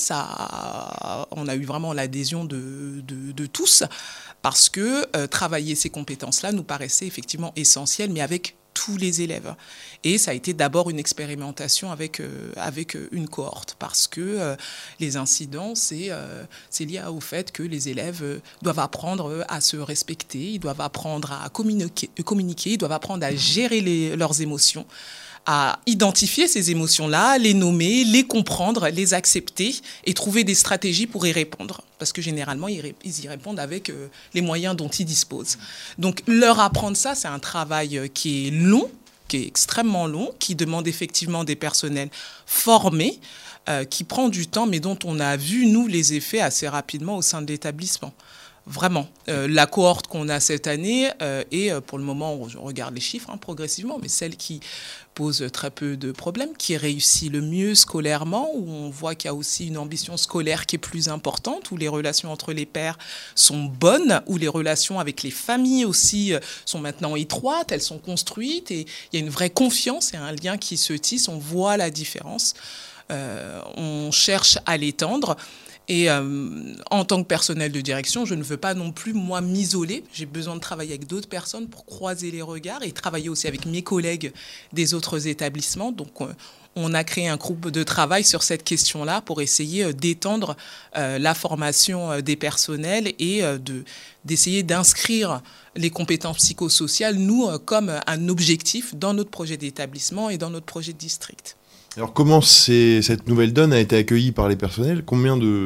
Ça, on a eu vraiment l'adhésion de, de, de tous parce que euh, travailler ces compétences-là nous paraissait effectivement essentiel, mais avec tous les élèves. Et ça a été d'abord une expérimentation avec, euh, avec une cohorte parce que euh, les incidents, c'est, euh, c'est lié au fait que les élèves euh, doivent apprendre à se respecter, ils doivent apprendre à communiquer, communiquer ils doivent apprendre à gérer les, leurs émotions, à identifier ces émotions-là, les nommer, les comprendre, les accepter et trouver des stratégies pour y répondre. Parce que généralement, ils y répondent avec euh, les moyens dont ils disposent. Donc, leur apprendre ça, c'est un travail qui est long, qui est extrêmement long, qui demande effectivement des personnels formés, euh, qui prend du temps, mais dont on a vu, nous, les effets assez rapidement au sein de l'établissement. Vraiment. Euh, la cohorte qu'on a cette année euh, est, pour le moment, on regarde les chiffres hein, progressivement, mais celle qui pose très peu de problèmes, qui réussit le mieux scolairement, où on voit qu'il y a aussi une ambition scolaire qui est plus importante, où les relations entre les pairs sont bonnes, où les relations avec les familles aussi sont maintenant étroites, elles sont construites, et il y a une vraie confiance et un lien qui se tisse, on voit la différence. Euh, on cherche à l'étendre. Et euh, en tant que personnel de direction, je ne veux pas non plus, moi, m'isoler. J'ai besoin de travailler avec d'autres personnes pour croiser les regards et travailler aussi avec mes collègues des autres établissements. Donc, euh, on a créé un groupe de travail sur cette question-là pour essayer d'étendre euh, la formation des personnels et euh, de, d'essayer d'inscrire les compétences psychosociales, nous, euh, comme un objectif dans notre projet d'établissement et dans notre projet de district. Alors comment cette nouvelle donne a été accueillie par les personnels ? Combien de,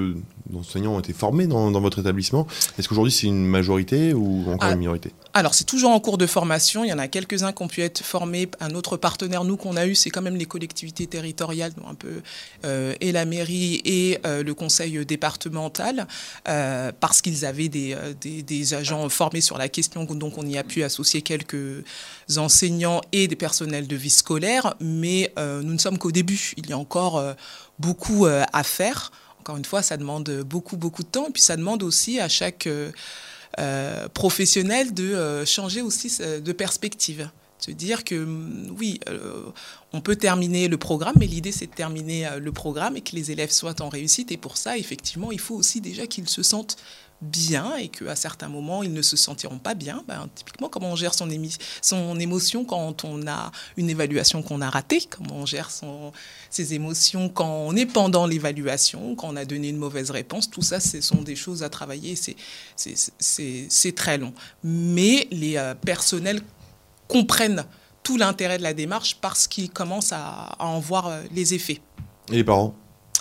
d'enseignants ont été formés dans, dans votre établissement. Est-ce qu'aujourd'hui c'est une majorité ou encore ah, une minorité ? Alors c'est toujours en cours de formation. Il y en a quelques-uns qui ont pu être formés. Un autre partenaire, nous, qu'on a eu, c'est quand même les collectivités territoriales, donc un peu euh, et la mairie et euh, le conseil départemental, euh, parce qu'ils avaient des, des, des agents formés sur la question. Donc on y a pu associer quelques enseignants et des personnels de vie scolaire. Mais euh, nous ne sommes qu'au début. Il y a encore euh, beaucoup euh, à faire. Encore une fois, ça demande beaucoup, beaucoup de temps. Et puis, ça demande aussi à chaque euh, euh, professionnel de euh, changer aussi de perspective. Se dire que, oui, euh, on peut terminer le programme, mais l'idée, c'est de terminer euh, le programme et que les élèves soient en réussite. Et pour ça, effectivement, il faut aussi déjà qu'ils se sentent bien et qu'à certains moments, ils ne se sentiront pas bien. Ben, typiquement, comment on gère son, émi- son émotion quand on a une évaluation qu'on a ratée, comment on gère son, ses émotions quand on est pendant l'évaluation, quand on a donné une mauvaise réponse. Tout ça, ce sont des choses à travailler. C'est, c'est, c'est, c'est très long. Mais les euh, personnels comprennent tout l'intérêt de la démarche parce qu'ils commencent à, à en voir euh, les effets. Et les parents ?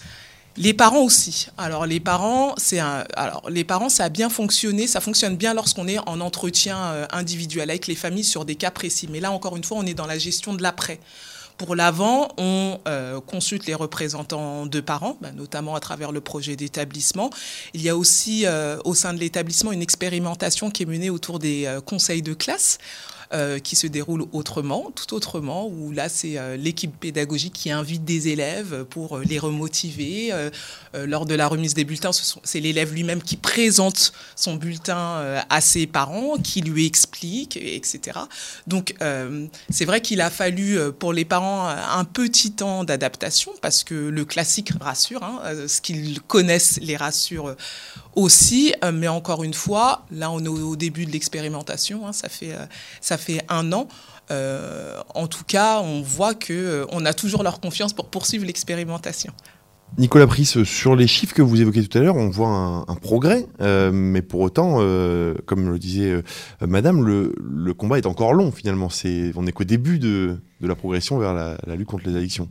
Les parents aussi. Alors les parents, c'est un, alors les parents, ça a bien fonctionné. Ça fonctionne bien lorsqu'on est en entretien euh, individuel avec les familles sur des cas précis. Mais là, encore une fois, on est dans la gestion de l'après. Pour l'avant, on euh, consulte les représentants de parents, bah, notamment à travers le projet d'établissement. Il y a aussi euh, au sein de l'établissement une expérimentation qui est menée autour des euh, conseils de classe. Euh, qui se déroule autrement, tout autrement, où là, c'est euh, l'équipe pédagogique qui invite des élèves pour euh, les remotiver. Euh, euh, lors de la remise des bulletins, ce sont, c'est l'élève lui-même qui présente son bulletin euh, à ses parents, qui lui explique, et cetera. Donc, euh, c'est vrai qu'il a fallu, pour les parents, un petit temps d'adaptation, parce que le classique rassure, hein, ce qu'ils connaissent les rassure aussi, mais encore une fois, là, on est au début de l'expérimentation, hein, ça fait... Ça fait un an. Euh, en tout cas, on voit qu'on euh, a toujours leur confiance pour poursuivre l'expérimentation. Nicolas Pris, sur les chiffres que vous évoquez tout à l'heure, on voit un, un progrès, euh, mais pour autant, euh, comme le disait euh, Madame, le, le combat est encore long finalement. C'est, on n'est qu'au début de, de la progression vers la, la lutte contre les addictions.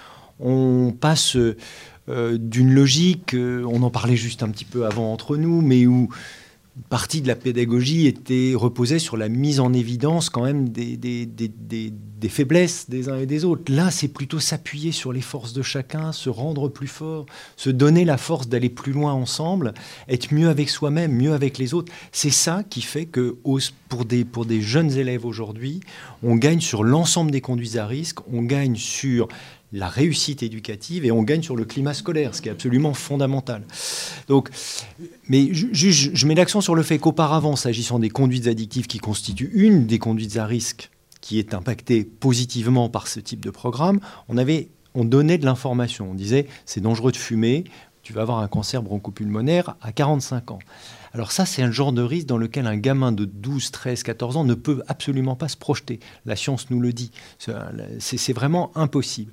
On passe euh, d'une logique, euh, on en parlait juste un petit peu avant entre nous, mais où une partie de la pédagogie était reposée sur la mise en évidence quand même des, des, des, des, des faiblesses des uns et des autres. Là, c'est plutôt s'appuyer sur les forces de chacun, se rendre plus fort, se donner la force d'aller plus loin ensemble, être mieux avec soi-même, mieux avec les autres. C'est ça qui fait que pour des, pour des jeunes élèves aujourd'hui, on gagne sur l'ensemble des conduites à risque, on gagne sur la réussite éducative et on gagne sur le climat scolaire, ce qui est absolument fondamental. Donc, mais je, je, je mets l'accent sur le fait qu'auparavant, s'agissant des conduites addictives qui constituent une des conduites à risque qui est impactée positivement par ce type de programme, on, avait, on donnait de l'information. On disait, c'est dangereux de fumer, tu vas avoir un cancer bronchopulmonaire à quarante-cinq ans. Alors ça, c'est un genre de risque dans lequel un gamin de douze, treize, quatorze ans ne peut absolument pas se projeter. La science nous le dit. C'est, c'est vraiment impossible.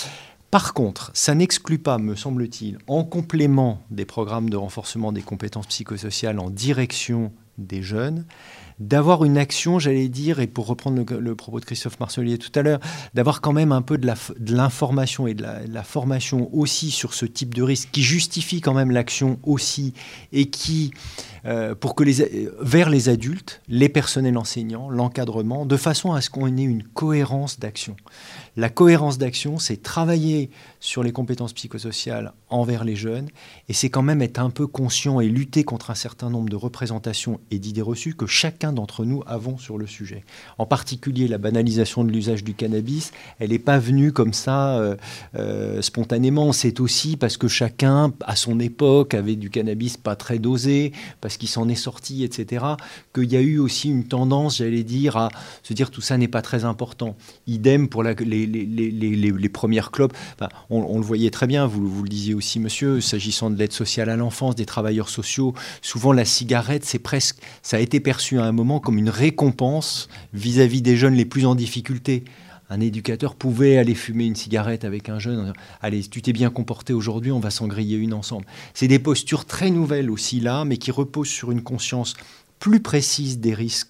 Par contre, ça n'exclut pas, me semble-t-il, en complément des programmes de renforcement des compétences psychosociales en direction des jeunes, d'avoir une action, j'allais dire, et pour reprendre le, le propos de Christophe Marcelier tout à l'heure, d'avoir quand même un peu de, la, de l'information et de la, de la formation aussi sur ce type de risque qui justifie quand même l'action aussi et qui, euh, pour que les, vers les adultes, les personnels enseignants, l'encadrement, de façon à ce qu'on ait une cohérence d'action. La cohérence d'action, c'est travailler sur les compétences psychosociales envers les jeunes et c'est quand même être un peu conscient et lutter contre un certain nombre de représentations et d'idées reçues que chacun d'entre nous avons sur le sujet. En particulier, la banalisation de l'usage du cannabis, elle n'est pas venue comme ça euh, euh, spontanément. C'est aussi parce que chacun, à son époque, avait du cannabis pas très dosé, parce qu'il s'en est sorti, et cetera, qu'il y a eu aussi une tendance, j'allais dire, à se dire tout ça n'est pas très important. Idem pour la, les, les, les, les, les premières clopes. Enfin, on, on le voyait très bien, vous, vous le disiez aussi, monsieur, s'agissant de l'aide sociale à l'enfance, des travailleurs sociaux, souvent la cigarette, c'est presque, ça a été perçu à un moment comme une récompense vis-à-vis des jeunes les plus en difficulté. Un éducateur pouvait aller fumer une cigarette avec un jeune. Allez, tu t'es bien comporté aujourd'hui, on va s'en griller une ensemble. C'est des postures très nouvelles aussi là, mais qui reposent sur une conscience plus précise des risques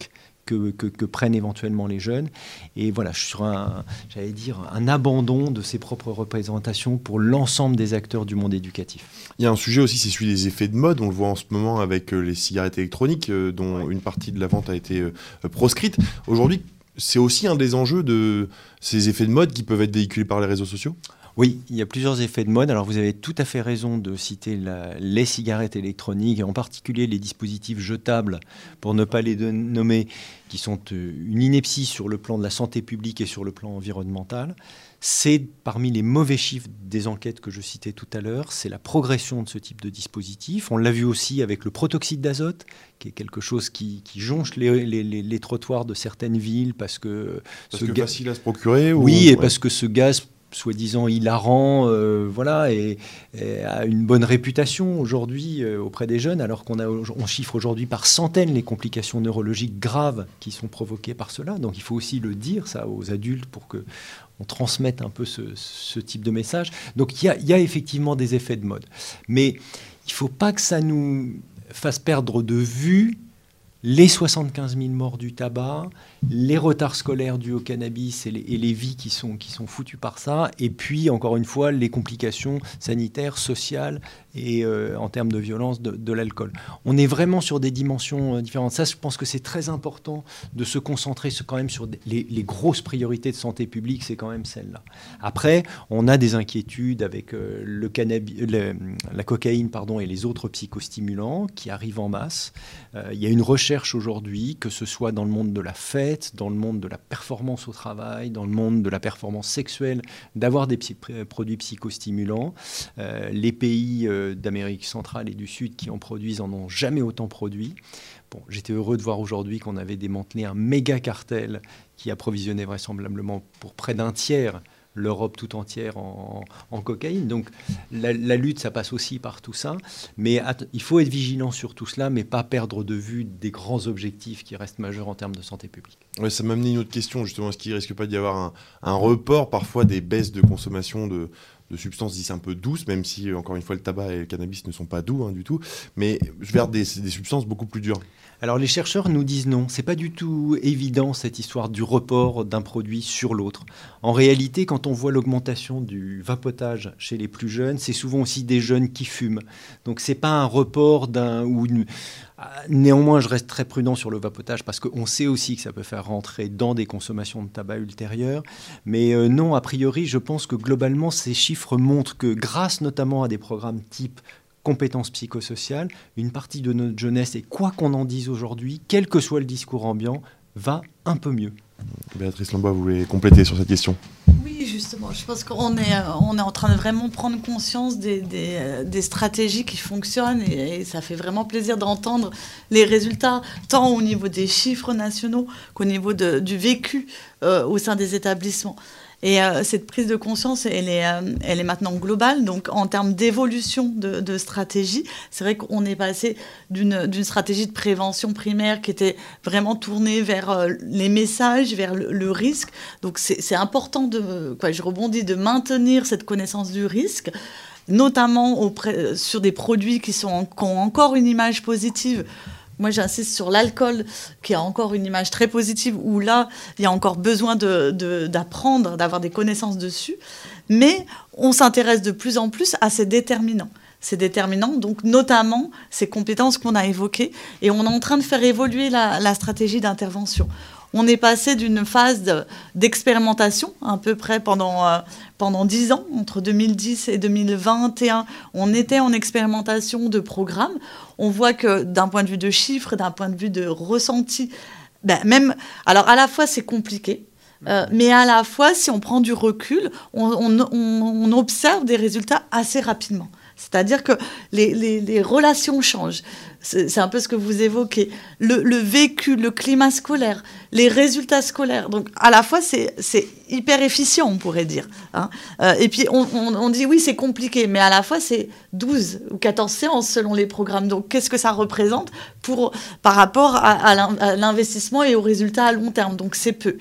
que, que, que prennent éventuellement les jeunes. Et voilà, je suis sur un, j'allais dire, un abandon de ses propres représentations pour l'ensemble des acteurs du monde éducatif. Il y a un sujet aussi, c'est celui des effets de mode. On le voit en ce moment avec les cigarettes électroniques, euh, dont ouais. une partie de la vente a été euh, proscrite. Aujourd'hui, c'est aussi un des enjeux de ces effets de mode qui peuvent être véhiculés par les réseaux sociaux ? Oui, il y a plusieurs effets de mode. Alors vous avez tout à fait raison de citer la, les cigarettes électroniques, et en particulier les dispositifs jetables, pour ne pas les nommer, qui sont une ineptie sur le plan de la santé publique et sur le plan environnemental. C'est parmi les mauvais chiffres des enquêtes que je citais tout à l'heure, c'est la progression de ce type de dispositif. On l'a vu aussi avec le protoxyde d'azote, qui est quelque chose qui, qui jonche les, les, les, les trottoirs de certaines villes parce que... Parce que gaz... facile à se procurer ou... Oui, et ouais. parce que ce gaz... soi-disant hilarant, euh, voilà, et, et a une bonne réputation aujourd'hui euh, auprès des jeunes, alors qu'on a, on chiffre aujourd'hui par centaines les complications neurologiques graves qui sont provoquées par cela. Donc il faut aussi le dire ça aux adultes pour que on transmette un peu ce, ce type de message. Donc il y a, il y a effectivement des effets de mode, mais il ne faut pas que ça nous fasse perdre de vue les soixante-quinze mille morts du tabac, les retards scolaires dus au cannabis et les, et les vies qui sont, qui sont foutues par ça, et puis, encore une fois, les complications sanitaires, sociales et euh, en termes de violence de, de l'alcool. On est vraiment sur des dimensions euh, différentes. Ça, je pense que c'est très important de se concentrer sur, quand même sur des, les, les grosses priorités de santé publique, c'est quand même celle-là. Après, on a des inquiétudes avec euh, le cannabis, le, la cocaïne pardon, et les autres psychostimulants qui arrivent en masse. Euh, il y a une recherche aujourd'hui, que ce soit dans le monde de la fête, dans le monde de la performance au travail, dans le monde de la performance sexuelle, d'avoir des psy- produits psychostimulants. Euh, les pays euh, d'Amérique centrale et du Sud qui en produisent en ont jamais autant produit. Bon, j'étais heureux de voir aujourd'hui qu'on avait démantelé un méga cartel qui approvisionnait vraisemblablement pour près d'un tiers l'Europe tout entière en, en cocaïne. Donc la, la lutte, ça passe aussi par tout ça. Mais att- il faut être vigilant sur tout cela, mais pas perdre de vue des grands objectifs qui restent majeurs en termes de santé publique. Ouais, ça m'a amené une autre question, justement. Est-ce qu'il ne risque pas d'y avoir un, un report, parfois des baisses de consommation de, de substances dites un peu douces, même si, encore une fois, le tabac et le cannabis ne sont pas doux hein, du tout, mais vers des, des substances beaucoup plus dures? Alors les chercheurs nous disent non, c'est pas du tout évident cette histoire du report d'un produit sur l'autre. En réalité, quand on voit l'augmentation du vapotage chez les plus jeunes, c'est souvent aussi des jeunes qui fument. Donc c'est pas un report d'un ou une... Néanmoins, je reste très prudent sur le vapotage parce qu'on sait aussi que ça peut faire rentrer dans des consommations de tabac ultérieures. Mais euh, non, a priori, je pense que globalement, ces chiffres montrent que grâce notamment à des programmes type compétences psychosociales, une partie de notre jeunesse, et quoi qu'on en dise aujourd'hui, quel que soit le discours ambiant, va un peu mieux. Béatrice Lambois, vous voulez compléter sur cette question? Oui, justement. Je pense qu'on est, on est en train de vraiment prendre conscience des, des, des stratégies qui fonctionnent et, et ça fait vraiment plaisir d'entendre les résultats, tant au niveau des chiffres nationaux qu'au niveau de, du vécu euh, au sein des établissements. Et euh, cette prise de conscience, elle est, euh, elle est maintenant globale. Donc, en termes d'évolution de, de stratégie, c'est vrai qu'on est passé d'une, d'une stratégie de prévention primaire qui était vraiment tournée vers euh, les messages, vers le, le risque. Donc, c'est, c'est important de, quoi, je rebondis, de maintenir cette connaissance du risque, notamment auprès, sur des produits qui, sont, qui ont encore une image positive. Moi, j'insiste sur l'alcool, qui a encore une image très positive, où là, il y a encore besoin de, de, d'apprendre, d'avoir des connaissances dessus. Mais on s'intéresse de plus en plus à ces déterminants. Ces déterminants, donc notamment ces compétences qu'on a évoquées. Et on est en train de faire évoluer la, la stratégie d'intervention. On est passé d'une phase de, d'expérimentation, à peu près pendant, euh, pendant dix ans, entre deux mille dix et deux mille vingt et un. On était en expérimentation de programmes. On voit que d'un point de vue de chiffres, d'un point de vue de ressenti, ben même, alors à la fois c'est compliqué, euh, mais à la fois, si on prend du recul, on, on, on, on observe des résultats assez rapidement. C'est-à-dire que les, les, les relations changent. C'est, c'est un peu ce que vous évoquez. Le, le vécu, le climat scolaire, les résultats scolaires. Donc, à la fois, c'est, c'est hyper efficient, on pourrait dire. Hein. Euh, et puis, on, on, on dit, oui, c'est compliqué, mais à la fois, c'est douze ou quatorze séances selon les programmes. Donc, qu'est-ce que ça représente pour, par rapport à, à l'investissement et aux résultats à long terme? Donc, c'est peu.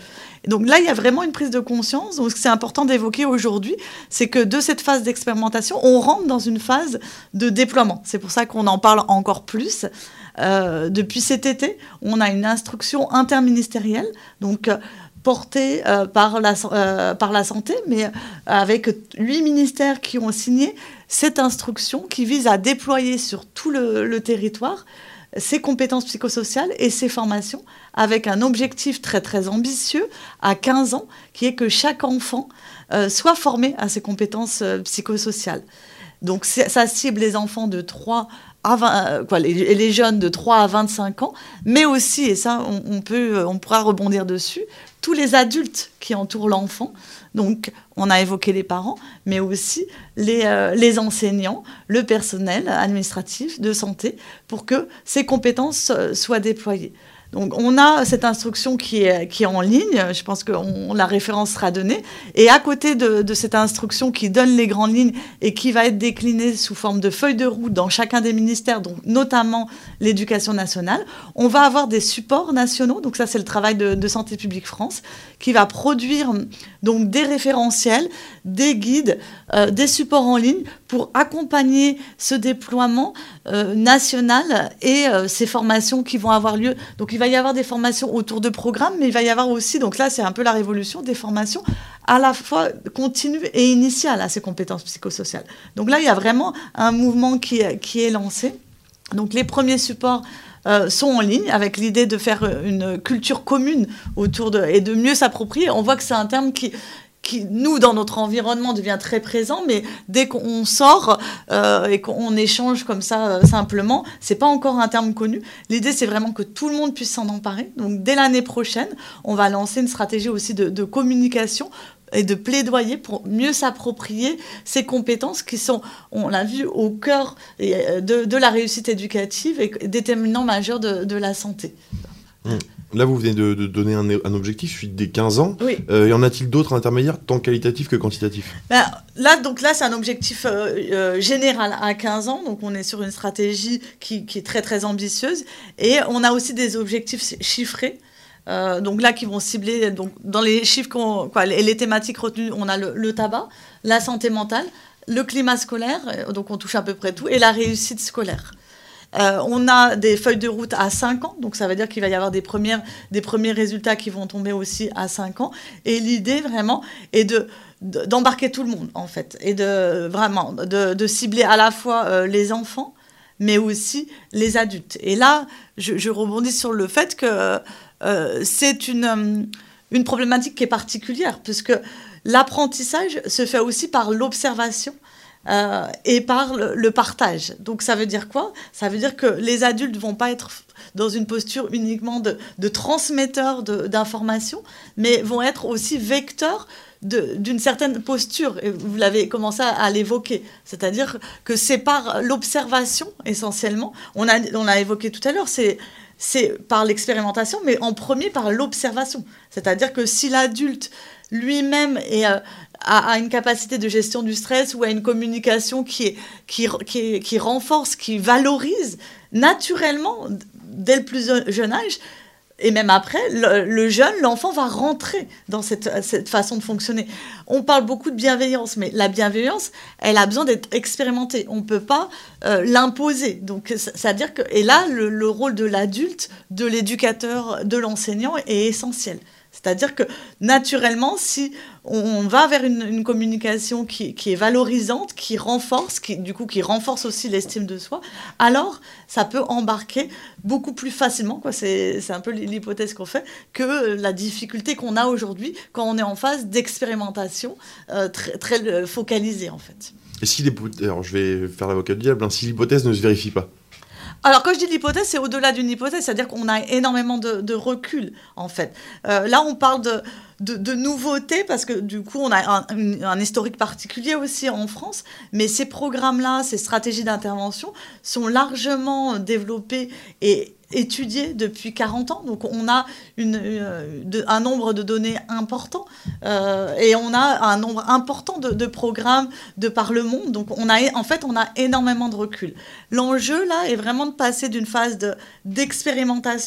Et donc là, il y a vraiment une prise de conscience. Donc ce que c'est important d'évoquer aujourd'hui, c'est que de cette phase d'expérimentation, on rentre dans une phase de déploiement. C'est pour ça qu'on en parle encore plus. Euh, depuis cet été, on a une instruction interministérielle, donc euh, portée euh, par, la, euh, par la santé, mais avec huit ministères qui ont signé cette instruction qui vise à déployer sur tout le, le territoire ces compétences psychosociales et ces formations, avec un objectif très très ambitieux à quinze ans, qui est que chaque enfant euh, soit formé à ces compétences euh, psychosociales. Donc ça cible les enfants de trois à vingt, euh, quoi, les, les jeunes de trois à vingt-cinq ans, mais aussi, et ça on, on, peut, on pourra rebondir dessus, tous les adultes qui entourent l'enfant. Donc on a évoqué les parents, mais aussi les, euh, les enseignants, le personnel administratif de santé, pour que ces compétences euh, soient déployées. Donc on a cette instruction qui est, qui est en ligne, je pense que on, la référence sera donnée, et à côté de, de cette instruction qui donne les grandes lignes et qui va être déclinée sous forme de feuilles de route dans chacun des ministères, donc notamment l'éducation nationale, on va avoir des supports nationaux, donc ça c'est le travail de, de Santé publique France, qui va produire donc des référentiels, des guides, euh, des supports en ligne pour accompagner ce déploiement euh, national et euh, ces formations qui vont avoir lieu. Donc il va y avoir des formations autour de programmes, mais il va y avoir aussi, donc là c'est un peu la révolution, des formations à la fois continues et initiales à ces compétences psychosociales. Donc là il y a vraiment un mouvement qui, qui est lancé. Donc les premiers supports euh, sont en ligne avec l'idée de faire une culture commune autour de, et de mieux s'approprier. On voit que c'est un terme qui... qui, nous, dans notre environnement, devient très présent, mais dès qu'on sort euh, et qu'on échange comme ça euh, simplement, c'est pas encore un terme connu. L'idée, c'est vraiment que tout le monde puisse s'en emparer. Donc, dès l'année prochaine, on va lancer une stratégie aussi de, de communication et de plaidoyer pour mieux s'approprier ces compétences qui sont, on l'a vu, au cœur de, de la réussite éducative et déterminant majeur de, de la santé. Mmh. Là, vous venez de, de donner un, un objectif, celui des quinze ans. Oui. Euh, y en a-t-il d'autres intermédiaires, tant qualitatifs que quantitatifs ? Ben, là, donc là, c'est un objectif euh, euh, général à quinze ans. Donc, on est sur une stratégie qui, qui est très, très ambitieuse. Et on a aussi des objectifs chiffrés. Euh, donc là, qui vont cibler, donc, dans les chiffres, qu'on, quoi, les, les thématiques retenues, on a le, le tabac, la santé mentale, le climat scolaire, donc on touche à peu près tout, et la réussite scolaire. Euh, on a des feuilles de route à cinq ans, donc ça veut dire qu'il va y avoir des, premières, des premiers résultats qui vont tomber aussi à cinq ans. Et l'idée, vraiment, est de, de, d'embarquer tout le monde, en fait, et de, vraiment, de, de cibler à la fois euh, les enfants, mais aussi les adultes. Et là, je, je rebondis sur le fait que euh, c'est une, une problématique qui est particulière, puisque l'apprentissage se fait aussi par l'observation euh, et par le, le partage. Donc ça veut dire quoi ? Ça veut dire que les adultes ne vont pas être dans une posture uniquement de, de transmetteurs de, d'informations, mais vont être aussi vecteurs de, d'une certaine posture. Et vous l'avez commencé à, à l'évoquer. C'est-à-dire que c'est par l'observation, essentiellement. On a, on l'a évoqué tout à l'heure, c'est... c'est par l'expérimentation, mais en premier par l'observation. C'est-à-dire que si l'adulte lui-même est, euh, a, a une capacité de gestion du stress ou a une communication qui, est, qui, qui, qui renforce, qui valorise, naturellement, dès le plus jeune âge, et même après, le, le jeune, l'enfant va rentrer dans cette, cette façon de fonctionner. On parle beaucoup de bienveillance, mais la bienveillance, elle a besoin d'être expérimentée. On ne peut pas euh, l'imposer. Donc, c'est-à-dire que, et là, le, le rôle de l'adulte, de l'éducateur, de l'enseignant est essentiel. C'est-à-dire que, naturellement, si on va vers une, une communication qui, qui est valorisante, qui renforce, qui, du coup, qui renforce aussi l'estime de soi, alors ça peut embarquer beaucoup plus facilement, quoi. C'est, c'est un peu l'hypothèse qu'on fait, que la difficulté qu'on a aujourd'hui quand on est en phase d'expérimentation euh, très, très focalisée, en fait. Et si l'hypothèse, alors je vais faire l'avocat du diable, hein, si l'hypothèse ne se vérifie pas ? Alors, quand je dis l'hypothèse, c'est au-delà d'une hypothèse, c'est-à-dire qu'on a énormément de, de recul, en fait. Euh, là, on parle de, de, de nouveautés, parce que du coup, on a un, un historique particulier aussi en France, mais ces programmes-là, ces stratégies d'intervention sont largement développés et étudiés depuis quarante ans. Donc, on a une, une, de, un nombre de données important euh, et on a un nombre important de, de programmes de par le monde. Donc, on a, en fait, on a énormément de recul. L'enjeu, là, est vraiment de passer d'une phase de, d'expérimentation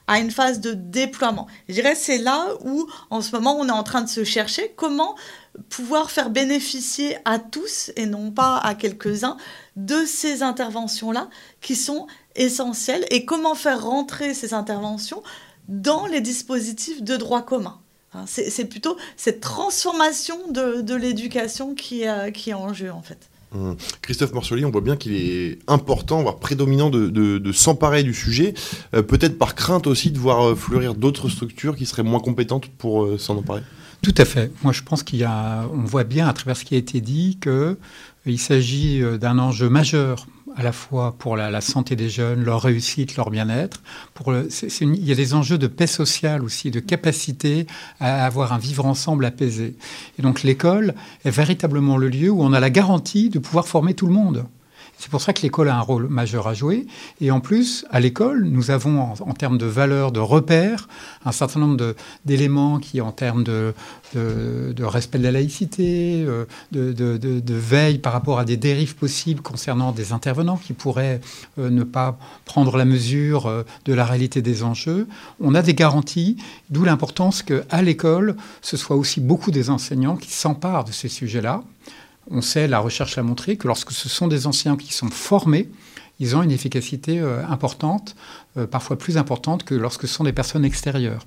à une phase de déploiement. Je dirais c'est là où, en ce moment, on est en train de se chercher comment pouvoir faire bénéficier à tous, et non pas à quelques-uns, de ces interventions-là qui sont essentielles, et comment faire rentrer ces interventions dans les dispositifs de droit commun. C'est, c'est plutôt cette transformation de, de l'éducation qui, euh, qui est en jeu, en fait. Mmh. Christophe Morcioli, on voit bien qu'il est important, voire prédominant, de, de, de s'emparer du sujet, euh, peut-être par crainte aussi de voir euh, fleurir d'autres structures qui seraient moins compétentes pour euh, s'en emparer. Tout à fait. Moi, je pense qu'il y a, on voit bien à travers ce qui a été dit qu'il s'agit d'un enjeu majeur à la fois pour la, la santé des jeunes, leur réussite, leur bien-être. Pour le, c'est, c'est une, il y a des enjeux de paix sociale aussi, de capacité à avoir un vivre ensemble apaisé. Et donc l'école est véritablement le lieu où on a la garantie de pouvoir former tout le monde. C'est pour ça que l'école a un rôle majeur à jouer. Et en plus, à l'école, nous avons, en, en termes de valeurs, de repères, un certain nombre de, d'éléments qui, en termes de, de, de respect de la laïcité, de, de, de, de veille par rapport à des dérives possibles concernant des intervenants qui pourraient euh, ne pas prendre la mesure euh, de la réalité des enjeux, on a des garanties, d'où l'importance qu'à l'école, ce soit aussi beaucoup des enseignants qui s'emparent de ces sujets-là. On sait, la recherche l'a montré, que lorsque ce sont des enseignants qui sont formés, ils ont une efficacité euh, importante, euh, parfois plus importante que lorsque ce sont des personnes extérieures.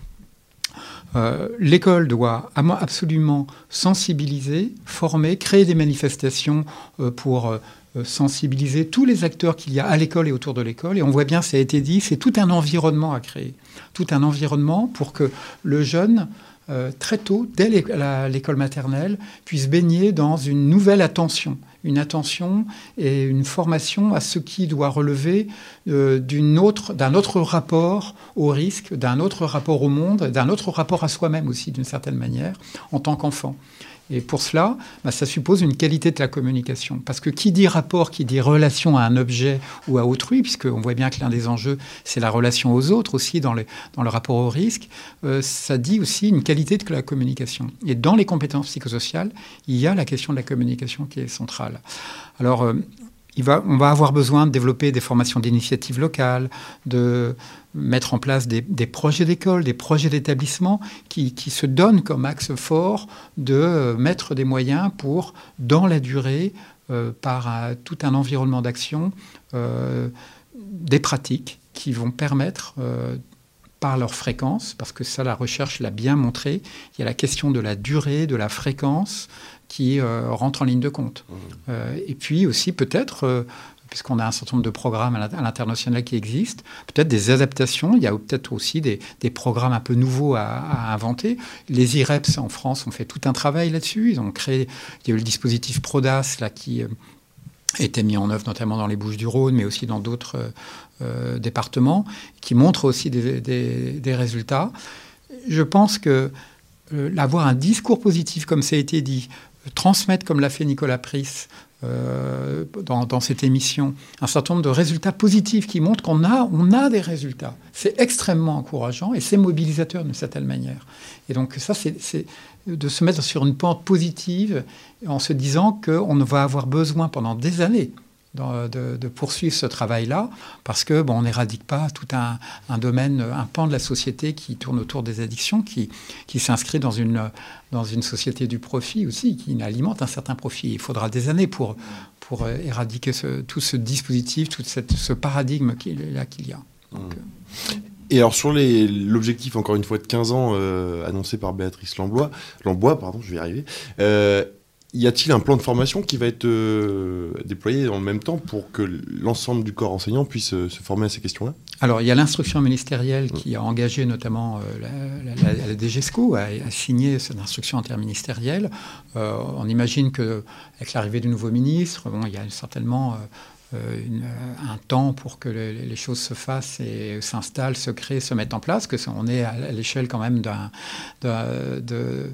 Euh, l'école doit absolument sensibiliser, former, créer des manifestations euh, pour euh, sensibiliser tous les acteurs qu'il y a à l'école et autour de l'école. Et on voit bien, ça a été dit, c'est tout un environnement à créer. Tout un environnement pour que le jeune... Euh, très tôt, dès l'école maternelle, puisse baigner dans une nouvelle attention. Une attention et une formation à ce qui doit relever euh, d'une autre, d'un autre rapport au risque, d'un autre rapport au monde, d'un autre rapport à soi-même aussi, d'une certaine manière, en tant qu'enfant. Et pour cela, bah, ça suppose une qualité de la communication. Parce que qui dit rapport, qui dit relation à un objet ou à autrui, puisqu'on voit bien que l'un des enjeux, c'est la relation aux autres aussi dans, les, dans le rapport au risque, euh, ça dit aussi une qualité de la communication. Et dans les compétences psychosociales, il y a la question de la communication qui est centrale. Alors, euh, il va, on va avoir besoin de développer des formations d'initiatives locales, de mettre en place des, des projets d'école, des projets d'établissement qui, qui se donnent comme axe fort de mettre des moyens pour, dans la durée, euh, par un, tout un environnement d'action, euh, des pratiques qui vont permettre, euh, par leur fréquence, parce que ça, la recherche l'a bien montré, il y a la question de la durée, de la fréquence, qui euh, rentre en ligne de compte. Mmh. Euh, et puis aussi peut-être, euh, puisqu'on a un certain nombre de programmes à l'international qui existent, peut-être des adaptations, il y a peut-être aussi des, des programmes un peu nouveaux à, à inventer. Les I R E P S en France ont fait tout un travail là-dessus, ils ont créé, il y a eu le dispositif PRODAS là, qui euh, a été mis en œuvre notamment dans les Bouches-du-Rhône, mais aussi dans d'autres euh, départements, qui montrent aussi des, des, des résultats. Je pense que euh, avoir un discours positif, comme ça a été dit, transmettre, comme l'a fait Nicolas Pris euh, dans, dans cette émission, un certain nombre de résultats positifs qui montrent qu'on a, on a des résultats. C'est extrêmement encourageant et c'est mobilisateur d'une certaine manière. Et donc ça, c'est, c'est de se mettre sur une pente positive en se disant qu'on va avoir besoin pendant des années De, de poursuivre ce travail-là, parce que bon, on n'éradique pas tout un, un domaine, un pan de la société qui tourne autour des addictions, qui, qui s'inscrit dans une, dans une société du profit aussi, qui alimente un certain profit. Il faudra des années pour, pour éradiquer ce, tout ce dispositif, tout cette, ce paradigme qu'il, là, qu'il y a. Donc, euh... Et alors sur les, l'objectif, encore une fois, de quinze ans euh, annoncé par Béatrice Lambois, Lambois, pardon, je vais y arriver, euh, y a-t-il un plan de formation qui va être euh, déployé en même temps pour que l'ensemble du corps enseignant puisse euh, se former à ces questions-là ? Alors, il y a l'instruction ministérielle qui a engagé notamment euh, la, la, la, la D G E S C O à, à signer cette instruction interministérielle. Euh, on imagine qu'avec l'arrivée du nouveau ministre, bon, il y a certainement euh, une, un temps pour que le, les choses se fassent et s'installent, se créent, se mettent en place, que on est à l'échelle quand même d'un... d'un de,